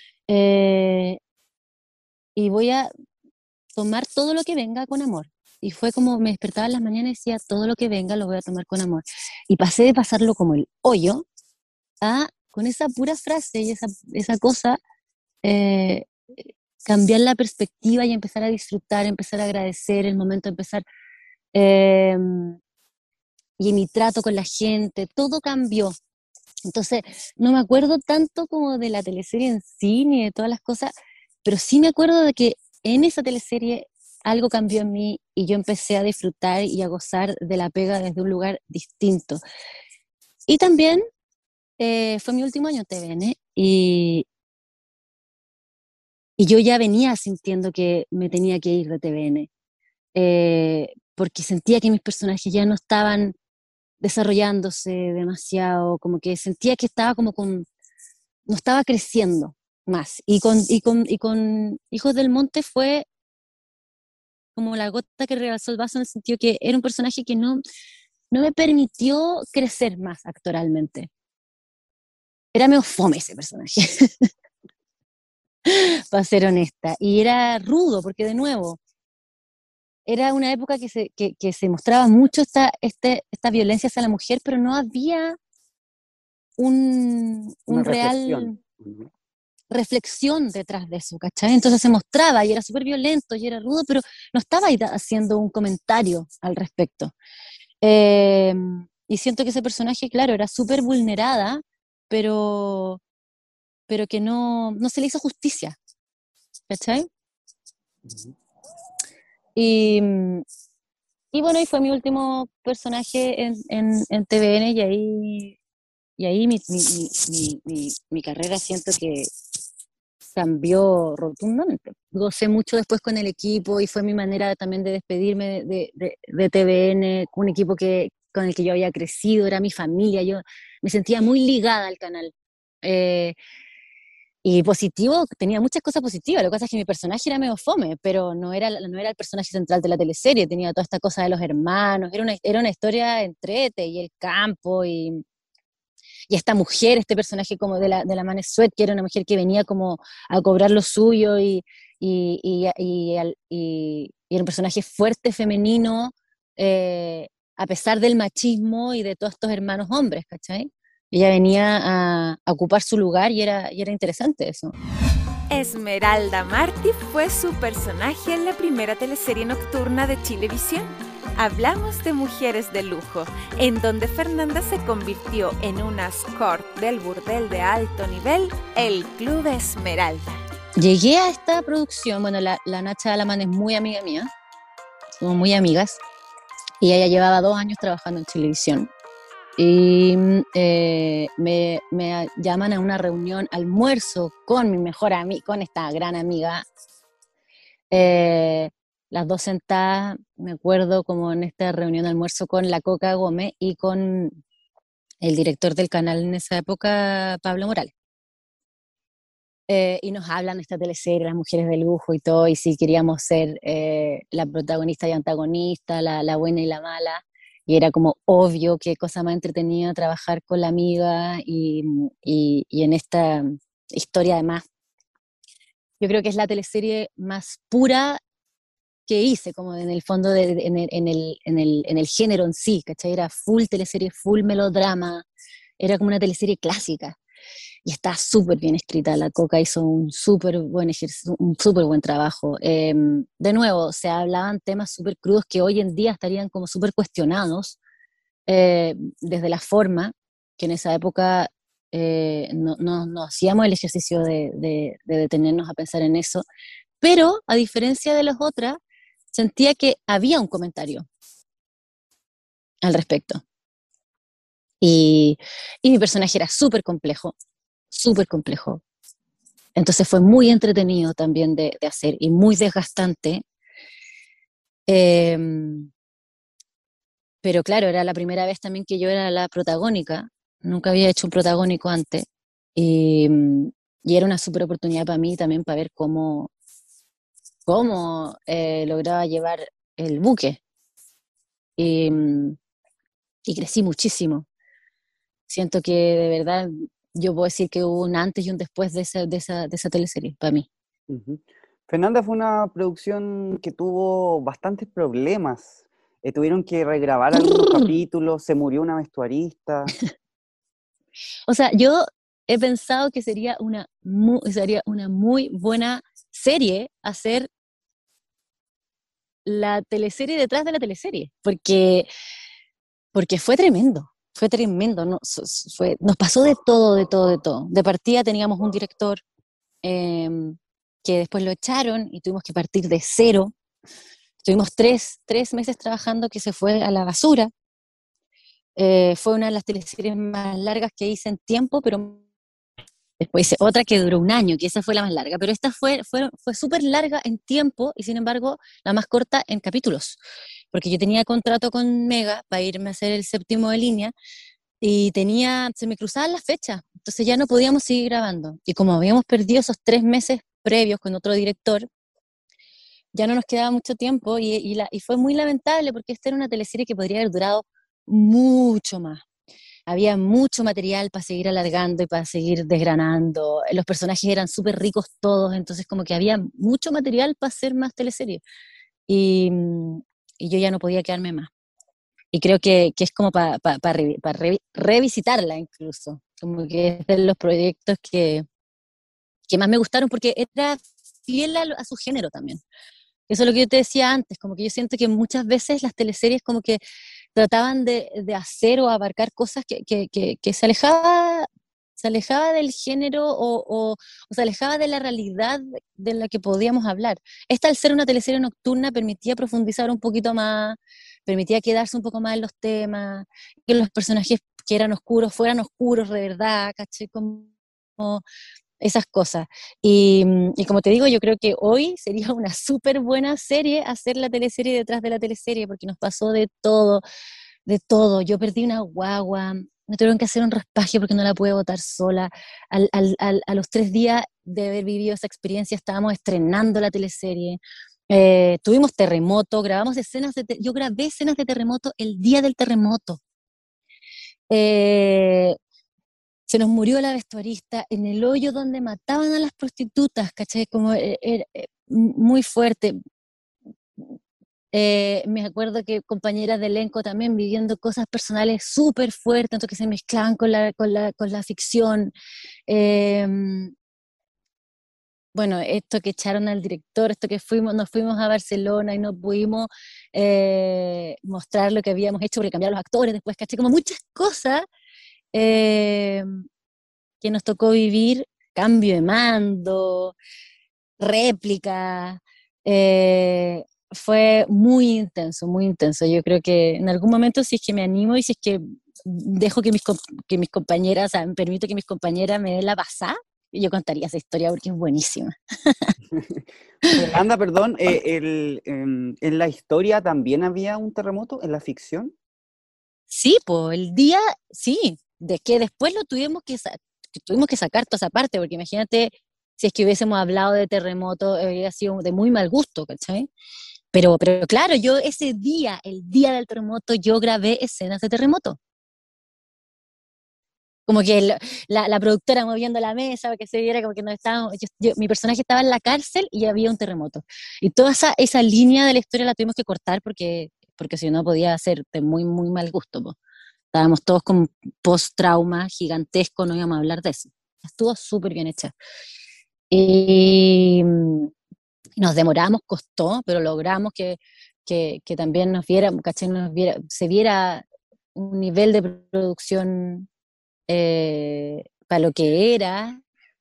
C: eh, y voy a tomar todo lo que venga con amor. Y fue como me despertaba en las mañanas y decía, todo lo que venga lo voy a tomar con amor. Y pasé de pasarlo como el hoyo a, con esa pura frase y esa, esa cosa, eh, cambiar la perspectiva y empezar a disfrutar, empezar a agradecer el momento, empezar... Eh, y mi trato con la gente, todo cambió. Entonces, no me acuerdo tanto como de la teleserie en sí, ni de todas las cosas, pero sí me acuerdo de que en esa teleserie algo cambió en mí y yo empecé a disfrutar y a gozar de la pega desde un lugar distinto. Y también eh, fue mi último año en T V N y, y yo ya venía sintiendo que me tenía que ir de T V N, eh, porque sentía que mis personajes ya no estaban desarrollándose demasiado, como que sentía que estaba como con, no estaba creciendo más. Y con, y con, y con Hijos del Monte fue como la gota que rebasó el vaso en el sentido que era un personaje que no, no me permitió crecer más actoralmente. Era medio fome ese personaje, para ser honesta. Y era rudo, porque de nuevo, era una época que se, que, que se mostraba mucho esta, este, esta violencia hacia la mujer, pero no había un, un real
D: reflexión.
C: reflexión detrás de eso, ¿cachai? Entonces se mostraba y era súper violento y era rudo, pero no estaba ahí haciendo un comentario al respecto. Eh, y siento que ese personaje, claro, era súper vulnerada, pero, pero que no, no se le hizo justicia, ¿cachai? Uh-huh. Y, y bueno, y fue mi último personaje en, en, en T V N y ahí, y ahí mi, mi, mi, mi, mi carrera siento que cambió rotundamente. Gocé mucho después con el equipo y fue mi manera también de despedirme de, de, de T V N, un equipo que, con el que yo había crecido, era mi familia, yo me sentía muy ligada al canal. Eh, y positivo, tenía muchas cosas positivas. Lo que pasa es que mi personaje era medio fome, pero no era, no era el personaje central de la teleserie. Tenía toda esta cosa de los hermanos. Era una, era una historia entrete, y el campo, y, y esta mujer, este personaje como de la, de la Manesuet, que era una mujer que venía como a cobrar lo suyo, y, y, y, y, y, y era un personaje fuerte, femenino, eh, a pesar del machismo y de todos estos hermanos hombres, ¿cachai? Ella venía a, a ocupar su lugar, y era, y era interesante eso.
B: Esmeralda Martí fue su personaje en la primera teleserie nocturna de Chilevisión. Hablamos de Mujeres de Lujo, en donde Fernanda se convirtió en una escort del burdel de alto nivel, el Club Esmeralda.
C: Llegué a esta producción, bueno, la, la Nacha Alamán es muy amiga mía, somos muy amigas, y ella llevaba dos años trabajando en Chilevisión. Y eh, me, me llaman a una reunión, almuerzo con mi mejor amiga, con esta gran amiga, eh, las dos sentadas, me acuerdo como en esta reunión de almuerzo con la Coca Gómez y con el director del canal en esa época, Pablo Morales. Eh, y nos hablan de esta teleserie, Las Mujeres de Lujo y todo, y si queríamos ser eh, la protagonista y antagonista, la, la buena y la mala, y era como obvio qué cosa más entretenida trabajar con la amiga, y, y, y en esta historia además, yo creo que es la teleserie más pura que hice, como en el fondo, de, de, en, el, en, el, en, el, en el género en sí, ¿cachai? Era full teleserie, full melodrama, era como una teleserie clásica. Y está súper bien escrita, la Coca hizo un súper buen ejercicio, un súper buen trabajo. Eh, de nuevo, se hablaban temas súper crudos que hoy en día estarían como súper cuestionados, eh, desde la forma, que en esa época eh, no, no, no hacíamos el ejercicio de, de, de detenernos a pensar en eso, pero a diferencia de las otras, sentía que había un comentario al respecto. Y, y mi personaje era súper complejo, súper complejo. Entonces fue muy entretenido también de, de hacer, y muy desgastante. Eh, pero claro, era la primera vez también que yo era la protagónica. Nunca había hecho un protagónico antes. Y, y era una súper oportunidad para mí también, para ver cómo, cómo eh, lograba llevar el buque. Y, y crecí muchísimo. Siento que de verdad yo puedo decir que hubo un antes y un después de esa, de esa, de esa teleserie, para mí.
D: Uh-huh. Fernanda, fue una producción que tuvo bastantes problemas. Eh, tuvieron que regrabar algunos capítulos, se murió una vestuarista.
C: O sea, yo he pensado que sería una, muy, sería una muy buena serie hacer la teleserie detrás de la teleserie, porque, porque fue tremendo. Fue tremendo, ¿no? Fue, nos pasó de todo, de todo, de todo. De partida teníamos un director eh, que después lo echaron y tuvimos que partir de cero. Tuvimos tres, tres meses trabajando, que se fue a la basura. Eh, fue una de las teleseries más largas que hice en tiempo, pero después hice otra que duró un año, que esa fue la más larga. Pero esta fue, fue, fue súper larga en tiempo, y sin embargo la más corta en capítulos. Porque yo tenía contrato con Mega para irme a hacer el séptimo de línea, y tenía, se me cruzaban las fechas, entonces ya no podíamos seguir grabando. Y como habíamos perdido esos tres meses previos con otro director, ya no nos quedaba mucho tiempo, y, y, la, y fue muy lamentable, porque esta era una teleserie que podría haber durado mucho más. Había mucho material para seguir alargando y para seguir desgranando. Los personajes eran súper ricos todos, entonces como que había mucho material para hacer más teleseries. Y, y yo ya no podía quedarme más. Y creo que, que es como para pa, pa re, pa re, revisitarla incluso. Como que es de los proyectos que, que más me gustaron, porque era fiel a, a su género también. Eso es lo que yo te decía antes, como que yo siento que muchas veces las teleseries como que trataban de, de hacer o abarcar cosas que, que, que, que se alejaba, se alejaba del género, o, o, o se alejaba de la realidad de la que podíamos hablar. Esta, al ser una teleserie nocturna, permitía profundizar un poquito más, permitía quedarse un poco más en los temas, que los personajes que eran oscuros fueran oscuros de verdad, ¿caché? Como esas cosas. Y, y como te digo, yo creo que hoy sería una súper buena serie hacer la teleserie detrás de la teleserie, porque nos pasó de todo, de todo. Yo perdí una guagua, me tuvieron que hacer un raspaje porque no la pude botar sola. Al, al, al, a los tres días de haber vivido esa experiencia estábamos estrenando la teleserie. Eh, tuvimos terremoto, grabamos escenas de, te yo grabé escenas de terremoto el día del terremoto. Eh, se nos murió la vestuarista en el hoyo donde mataban a las prostitutas, ¿cachai? Como eh, eh, muy fuerte. Eh, me acuerdo que compañeras de elenco también viviendo cosas personales súper fuertes, tanto que se mezclaban con la, con la, con la ficción. Eh, bueno, esto que echaron al director, esto que fuimos, nos fuimos a Barcelona y no pudimos eh, mostrar lo que habíamos hecho porque cambiaron los actores después, caché, como muchas cosas eh, que nos tocó vivir, cambio de mando, réplica, eh, fue muy intenso, muy intenso. Yo creo que en algún momento si es que me animo y si es que dejo que mis, que mis compañeras, o sea, me permito que mis compañeras me den la pasada, yo contaría esa historia porque es buenísima.
D: Fernanda, perdón, eh, el, eh, ¿en la historia también había un terremoto, en la ficción?
C: Sí, pues el día, sí, de que después lo tuvimos que, tuvimos que sacar toda esa parte, porque imagínate si es que hubiésemos hablado de terremoto, habría sido de muy mal gusto, ¿cachai? Pero, pero claro, yo ese día, el día del terremoto, yo grabé escenas de terremoto. Como que el, la, la productora moviendo la mesa, para que se viera como que no estábamos, yo, yo, mi personaje estaba en la cárcel y había un terremoto. Y toda esa, esa línea de la historia la tuvimos que cortar porque, porque si no podía ser de muy, muy mal gusto. Po. Estábamos todos con post-trauma gigantesco, no íbamos a hablar de eso. Estuvo súper bien hecha. Y nos demoramos, costó, pero logramos que, que, que también nos viera, ¿cachai? Nos viera, se viera un nivel de producción eh, para lo que era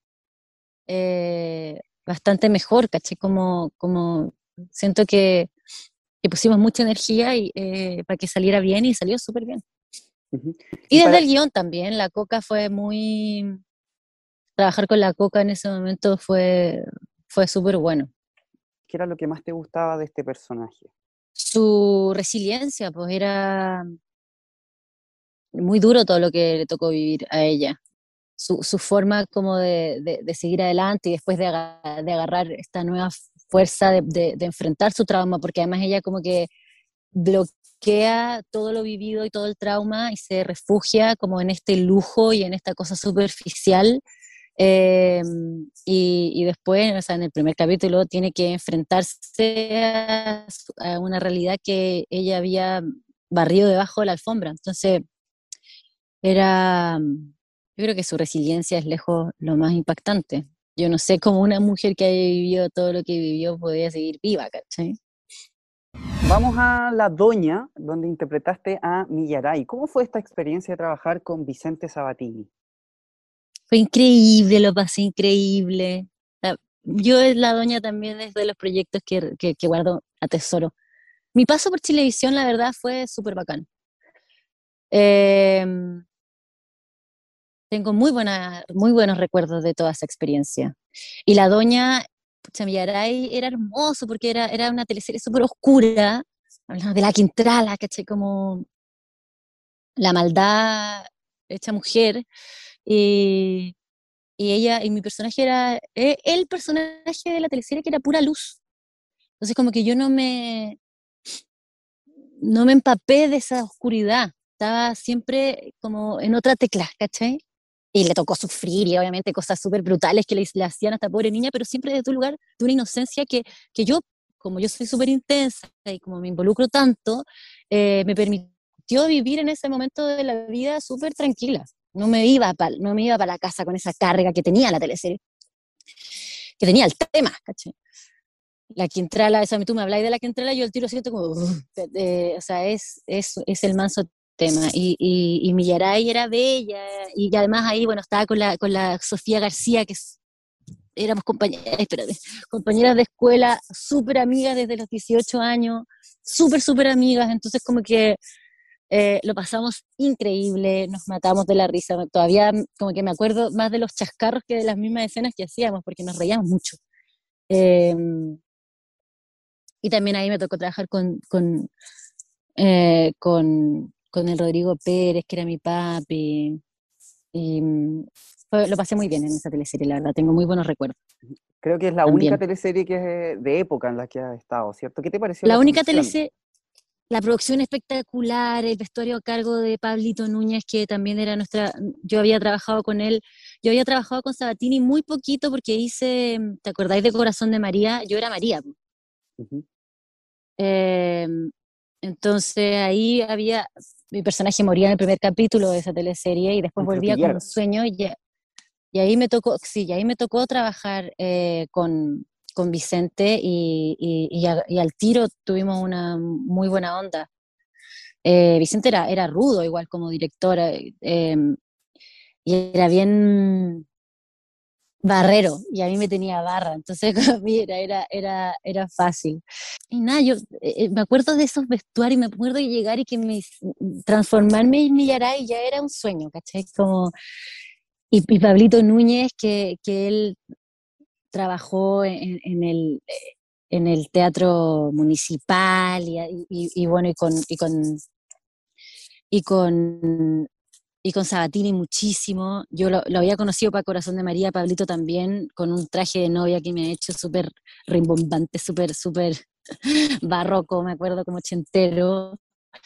C: eh, bastante mejor, ¿cachai? Como, como siento que, que pusimos mucha energía y, eh, para que saliera bien y salió súper bien. Uh-huh. Y, y desde para... el guión también, la Coca fue muy... Trabajar con la Coca en ese momento fue, fue súper bueno.
D: ¿Qué era lo que más te gustaba de este personaje?
C: Su resiliencia, pues era muy duro todo lo que le tocó vivir a ella. Su, su forma como de, de, de seguir adelante y después de, agarrar, de agarrar esta nueva fuerza de, de, de enfrentar su trauma, porque además ella como que bloquea todo lo vivido y todo el trauma y se refugia como en este lujo y en esta cosa superficial. Eh, y, y después, o sea, en el primer capítulo tiene que enfrentarse a, a una realidad que ella había barrido debajo de la alfombra. Entonces, era, yo creo que su resiliencia es lejos lo más impactante. Yo no sé cómo una mujer que haya vivido todo lo que vivió podía seguir viva, ¿cachai?
D: Vamos a La Doña, donde interpretaste a Millaray. ¿Cómo fue esta experiencia de trabajar con Vicente Sabatini?
C: Fue increíble, lo pasé increíble. Yo, La Doña, también es de los proyectos que, que, que guardo a tesoro. Mi paso por Chilevisión, la verdad, fue súper bacán. Eh, tengo muy, buena, muy buenos recuerdos de toda esa experiencia. Y La Doña, pucha, Millaray era hermoso porque era, era una teleserie súper oscura, hablando de la Quintrala, ¿cachai? Como la maldad hecha mujer. Y, y ella, y mi personaje era eh, el personaje de la teleserie que era pura luz. Entonces como que yo no me, no me empapé de esa oscuridad. Estaba siempre como en otra tecla, ¿cachai? Y le tocó sufrir y obviamente cosas súper brutales que le, le hacían a esta pobre niña, pero siempre desde un lugar de una inocencia que, que yo, como yo soy súper intensa y como me involucro tanto, eh, me permitió vivir en ese momento de la vida súper tranquila. No me iba para no me iba para la casa con esa carga que tenía la teleserie, que tenía el tema, ¿cachai? La Quintrala, esa, tú me habláis de la Quintrala, yo el tiro siento como, uh, eh, o sea, es, es, es el manso tema. Y, y, y Millaray era bella, y además ahí, bueno, estaba con la, con la Sofía García, que es, éramos compañeras, espérate, compañeras de escuela, súper amigas desde los dieciocho años, súper, súper amigas, entonces como que eh, lo pasamos increíble, nos matamos de la risa, todavía como que me acuerdo más de los chascarros que de las mismas escenas que hacíamos, porque nos reíamos mucho. Eh, y también ahí me tocó trabajar con, con, eh, con, con el Rodrigo Pérez, que era mi papi. Y mm, fue- lo pasé muy bien en esa teleserie, la verdad, tengo muy buenos recuerdos
D: Creo que es la única
C: también.
D: teleserie que es de época en la que has estado, ¿cierto? ¿Qué te pareció
C: La
D: la
C: única
D: producción?
C: teleserie, la producción espectacular, el vestuario a cargo de Pablito Núñez, que también era nuestra, yo había trabajado con él, yo había trabajado con Sabatini muy poquito porque hice, ¿te acordáis de Corazón de María? Yo era María.
D: Ujú.
C: Eh, entonces ahí había, mi personaje moría en el primer capítulo de esa teleserie y después
D: Un
C: volvía como un
D: frutillero.
C: sueño y, ya- y ahí me tocó, sí, y ahí me tocó trabajar eh, con, con Vicente y, y, y a- y al tiro tuvimos una muy buena onda. Eh, Vicente era, era rudo igual como director eh, eh, y era bien barrero y a mí me tenía barra, entonces para mí era, era, era, era fácil. Y nada, yo eh, me acuerdo de esos vestuarios, me acuerdo de llegar y que me transformarme en Millaray ya era un sueño, ¿cachai? Como, y, y Pablito Núñez, que, que él trabajó en, en el, en el teatro municipal y, y, y bueno, y con, y con, y con, y con Sabatini muchísimo. Yo lo, lo había conocido para Corazón de María, Pablito también, con un traje de novia que me ha hecho súper rimbombante, súper, súper barroco, me acuerdo, como ochentero.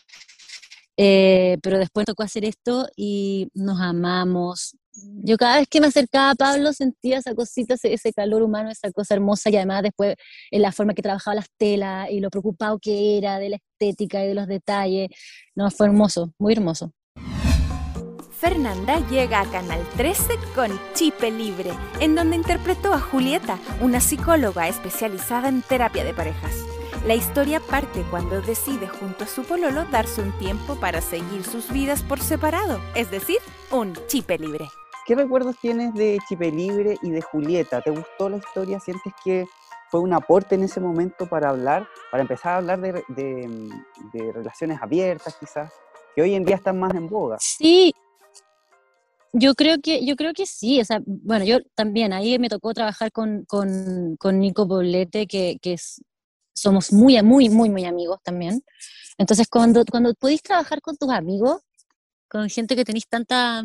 C: Eh, pero después tocó hacer esto y nos amamos. Yo cada vez que me acercaba a Pablo sentía esa cosita, ese, ese calor humano, esa cosa hermosa y además después en la forma que trabajaba las telas y lo preocupado que era de la estética y de los detalles. No, fue hermoso, muy hermoso.
B: Fernanda llega a Canal trece con Chipe Libre, en donde interpretó a Julieta, una psicóloga especializada en terapia de parejas. La historia parte cuando decide junto a su pololo darse un tiempo para seguir sus vidas por separado, es decir, un Chipe Libre.
D: ¿Qué recuerdos tienes de Chipe Libre y de Julieta? ¿Te gustó la historia? ¿Sientes que fue un aporte en ese momento para hablar, para empezar a hablar de, de, de relaciones abiertas quizás, que hoy en día están más en boga?
C: Sí, yo creo que, yo creo que sí, o sea, bueno, yo también, ahí me tocó trabajar con, con, con Nico Poblete, que, que es, somos muy, muy, muy, muy amigos también. Entonces, cuando, cuando podéis trabajar con tus amigos, con gente que tenéis tanta,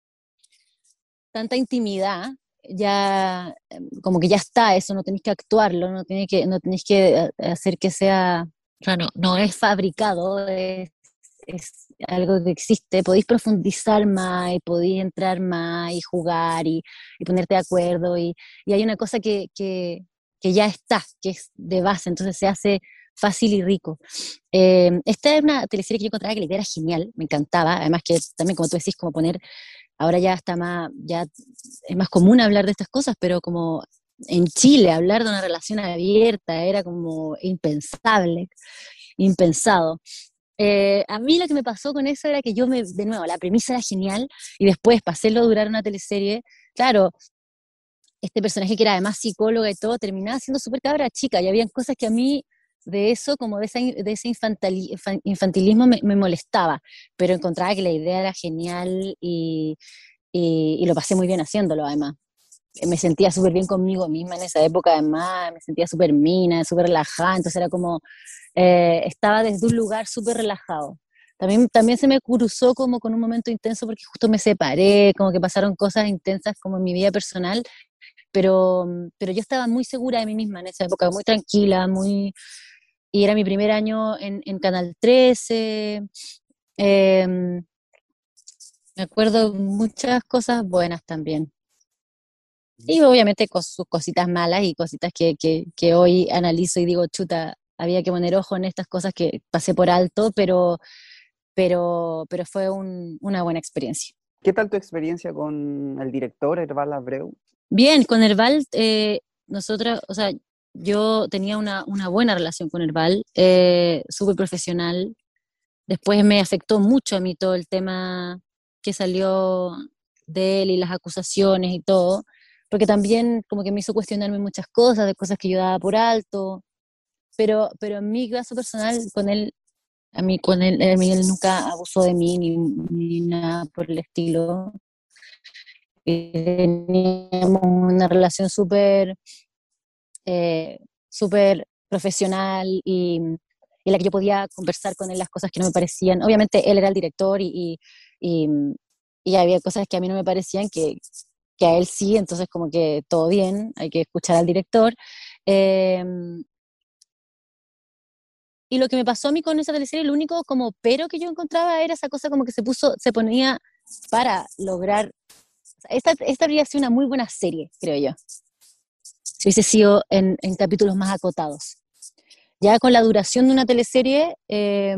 C: tanta intimidad, ya eh, como que ya está, eso no tenéis que actuarlo, no tenéis que, no tenéis que eh, hacer que sea, o sea, no, no es fabricado, es, es algo que existe, podéis profundizar más y podéis entrar más y jugar y, y ponerte de acuerdo y, y hay una cosa que, que, que ya está, que es de base, entonces se hace fácil y rico. Eh, esta es una teleserie que yo encontraba que la idea era genial, me encantaba, además que también como tú decís, como poner, ahora ya está más, ya es más común hablar de estas cosas, pero como en Chile hablar de una relación abierta era como impensable, impensado. Eh, a mí lo que me pasó con eso era que yo me, de nuevo, la premisa era genial y después para hacerlo durar una teleserie, claro, este personaje que era además psicóloga y todo, terminaba siendo súper cabra chica y habían cosas que a mí de eso, como de, esa, de ese infantili, infantilismo me, me molestaba, pero encontraba que la idea era genial y, y, y lo pasé muy bien haciéndolo además. Me sentía súper bien conmigo misma en esa época, además, me sentía súper mina, súper relajada, entonces era como, eh, estaba desde un lugar súper relajado. También, también se me cruzó como con un momento intenso porque justo me separé, como que pasaron cosas intensas como en mi vida personal, pero, pero yo estaba muy segura de mí misma en esa época, muy tranquila, muy, y era mi primer año en, en Canal trece, eh, me acuerdo muchas cosas buenas también. Y obviamente con sus cositas malas y cositas que, que, que hoy analizo y digo, chuta, había que poner ojo en estas cosas que pasé por alto, pero, pero, pero fue un, una buena experiencia.
D: ¿Qué tal tu experiencia con el director Herval Abreu?
C: Bien, con Herbal, eh, nosotros, o sea, yo tenía una, una buena relación con Herbal, eh, súper profesional. Después me afectó mucho a mí todo el tema que salió de él y las acusaciones y todo, porque también como que me hizo cuestionarme muchas cosas, de cosas que yo daba por alto, pero, pero en mi caso personal, con él, a mí, con él, a mí él nunca abusó de mí ni, ni nada por el estilo. Y teníamos una relación súper, eh, súper profesional y, en la que yo podía conversar con él las cosas que no me parecían. Obviamente él era el director y, y, y, y había cosas que a mí no me parecían que, que a él sí, entonces como que todo bien, hay que escuchar al director. Eh, y lo que me pasó a mí con esa teleserie, el único como pero que yo encontraba era esa cosa como que se puso, se ponía para lograr, esta, esta habría sido una muy buena serie, creo yo, si hubiese sido en, en capítulos más acotados. Ya con la duración de una teleserie eh,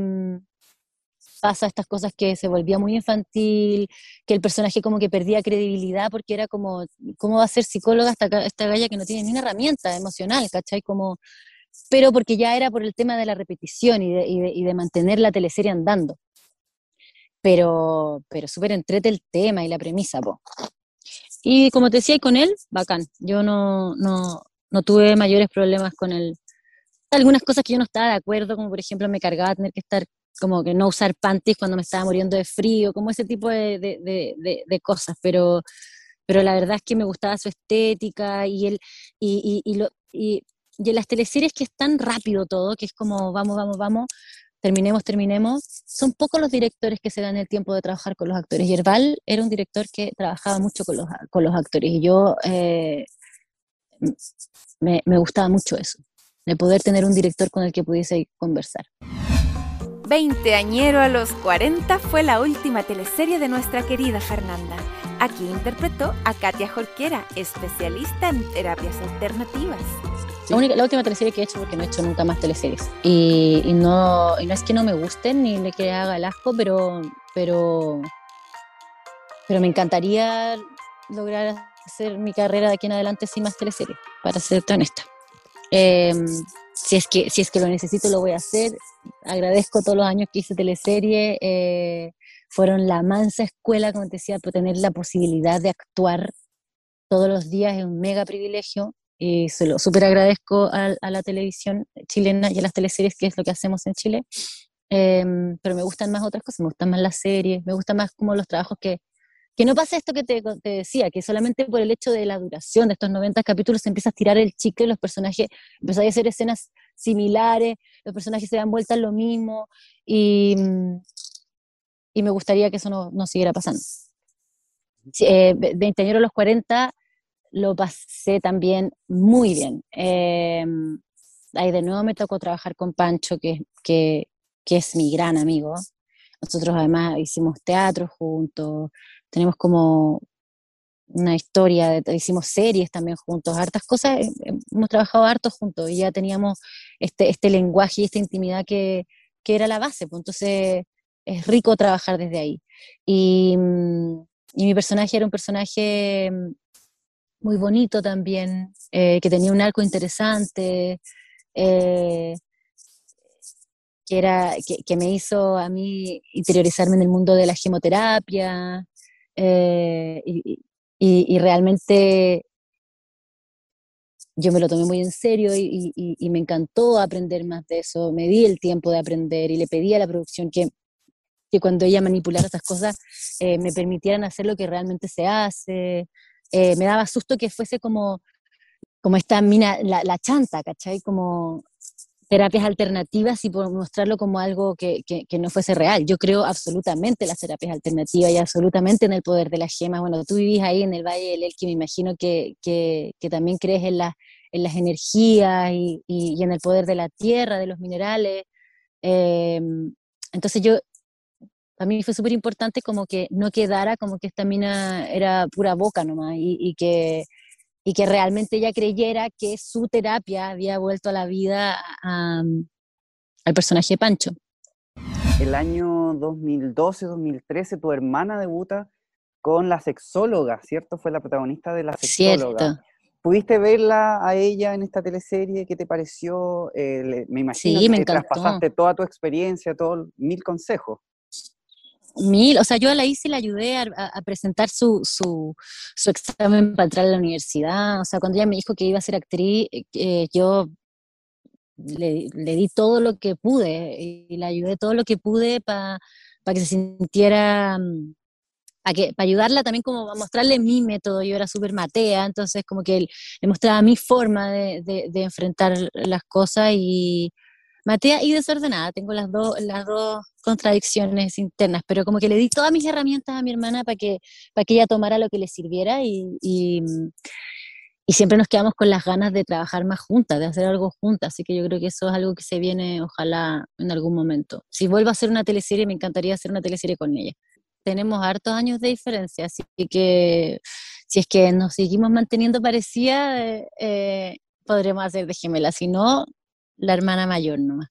C: pasa estas cosas que se volvía muy infantil, que el personaje como que perdía credibilidad porque era como, ¿cómo va a ser psicóloga esta, esta galla que no tiene ni una herramienta emocional, ¿cachai? Como, pero porque ya era por el tema de la repetición y de, y de, y de mantener la teleserie andando. Pero, pero súper entrete el tema y la premisa, po. Y como te decía, y con él, bacán. Yo no, no, no tuve mayores problemas con él. Algunas cosas que yo no estaba de acuerdo, como por ejemplo me cargaba tener que estar, como que no usar panties cuando me estaba muriendo de frío, como ese tipo de, de, de, de, de cosas, pero, pero la verdad es que me gustaba su estética y, él, y, y, y, lo, y, y en las teleseries que es tan rápido todo, que es como vamos, vamos, vamos, terminemos, terminemos, son pocos los directores que se dan el tiempo de trabajar con los actores. Yerbal era un director que trabajaba mucho con los, con los actores y yo eh, me, me gustaba mucho eso, de poder tener un director con el que pudiese conversar.
B: Veinteañero a los cuarenta fue la última teleserie de nuestra querida Fernanda. Aquí interpretó a Katia Jorquera, especialista en terapias alternativas.
C: La, única, la última teleserie que he hecho, porque no he hecho nunca más teleseries. Y, y, no, y no es que no me gusten ni le que haga el asco, pero, pero, pero me encantaría lograr hacer mi carrera de aquí en adelante sin más teleseries, para ser honesta. Eh, si, es que, si es que lo necesito, lo voy a hacer. Agradezco todos los años que hice teleserie. Eh, fueron la mansa escuela, como te decía, por tener la posibilidad de actuar todos los días es un mega privilegio. Y se lo súper agradezco a, a la televisión chilena y a las teleseries, que es lo que hacemos en Chile. Eh, pero me gustan más otras cosas, me gustan más las series, me gustan más como los trabajos que, que no pasa esto que te, te decía, que solamente por el hecho de la duración de estos noventa capítulos se empieza a tirar el chicle, los personajes empiezan a hacer escenas similares, los personajes se dan vuelta en lo mismo, y, y me gustaría que eso no, no siguiera pasando. Eh, Veinteañero a los cuarenta lo pasé también muy bien. Eh, ahí de nuevo me tocó trabajar con Pancho, que, que, que es mi gran amigo. Nosotros además hicimos teatro juntos, tenemos como una historia, de, hicimos series también juntos, hartas cosas, hemos trabajado harto juntos y ya teníamos este, este lenguaje y esta intimidad que, que era la base, pues entonces es rico trabajar desde ahí. Y, y mi personaje era un personaje muy bonito también, eh, que tenía un arco interesante, eh, que, era, que, que me hizo a mí interiorizarme en el mundo de la gemoterapia, eh, y, y, y realmente yo me lo tomé muy en serio y, y, y me encantó aprender más de eso, me di el tiempo de aprender y le pedí a la producción que, que cuando ella manipulara esas cosas eh, me permitieran hacer lo que realmente se hace. Eh, me daba susto que fuese como, como esta mina, la, la chanta, ¿cachai? Como terapias alternativas y por mostrarlo como algo que, que, que no fuese real. Yo creo absolutamente en las terapias alternativas y absolutamente en el poder de las gemas. Bueno, tú vivís ahí en el Valle del Elqui, me imagino que, que, que también crees en, la, en las energías y, y, y en el poder de la tierra, de los minerales. Eh, entonces yo, para mí fue súper importante como que no quedara como que esta mina era pura boca nomás y, y que y que realmente ella creyera que su terapia había vuelto a la vida a, a, al personaje de Pancho.
D: El año dos mil doce, dos mil trece, tu hermana debuta con La Sexóloga, ¿cierto? Fue la protagonista de La Sexóloga.
C: Cierto.
D: ¿Pudiste verla a ella en esta teleserie? ¿Qué te pareció? Eh, le, me imagino
C: sí,
D: que
C: me encantó.
D: traspasaste toda tu experiencia, todos mil consejos.
C: Mil, o sea, yo a la hice y la ayudé a, a presentar su, su, su examen para entrar a la universidad. O sea, cuando ella me dijo que iba a ser actriz, eh, yo le, le di todo lo que pude y la ayudé todo lo que pude para pa que se sintiera, para que, pa ayudarla también como a mostrarle mi método. Yo era súper matea, entonces como que le mostraba mi forma de, de, de enfrentar las cosas y matea y desordenada, tengo las dos, las dos contradicciones internas, pero como que le di todas mis herramientas a mi hermana para que, para que ella tomara lo que le sirviera y, y, y siempre nos quedamos con las ganas de trabajar más juntas, de hacer algo juntas, así que yo creo que eso es algo que se viene, ojalá, en algún momento. Si vuelvo a hacer una teleserie, me encantaría hacer una teleserie con ella. Tenemos hartos años de diferencia, así que si es que nos seguimos manteniendo parecidas, eh, eh, podremos hacer de gemelas, si no, la hermana mayor nomás.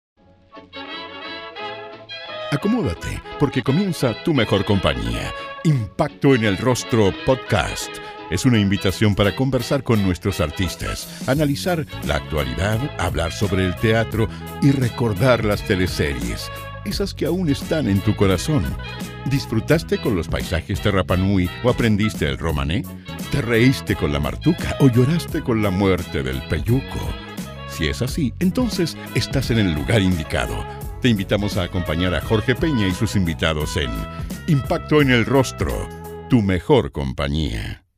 A: Acomódate, porque comienza Tu Mejor Compañía. Impacto en el Rostro Podcast. Es una invitación para conversar con nuestros artistas, analizar la actualidad, hablar sobre el teatro y recordar las teleseries, esas que aún están en tu corazón. ¿Disfrutaste con los paisajes de Rapa Nui o aprendiste el romané? ¿Te reíste con la martuca o lloraste con la muerte del peyuco? Si es así, entonces estás en el lugar indicado. Te invitamos a acompañar a Jorge Peña y sus invitados en Impacto en el Rostro, Tu Mejor Compañía.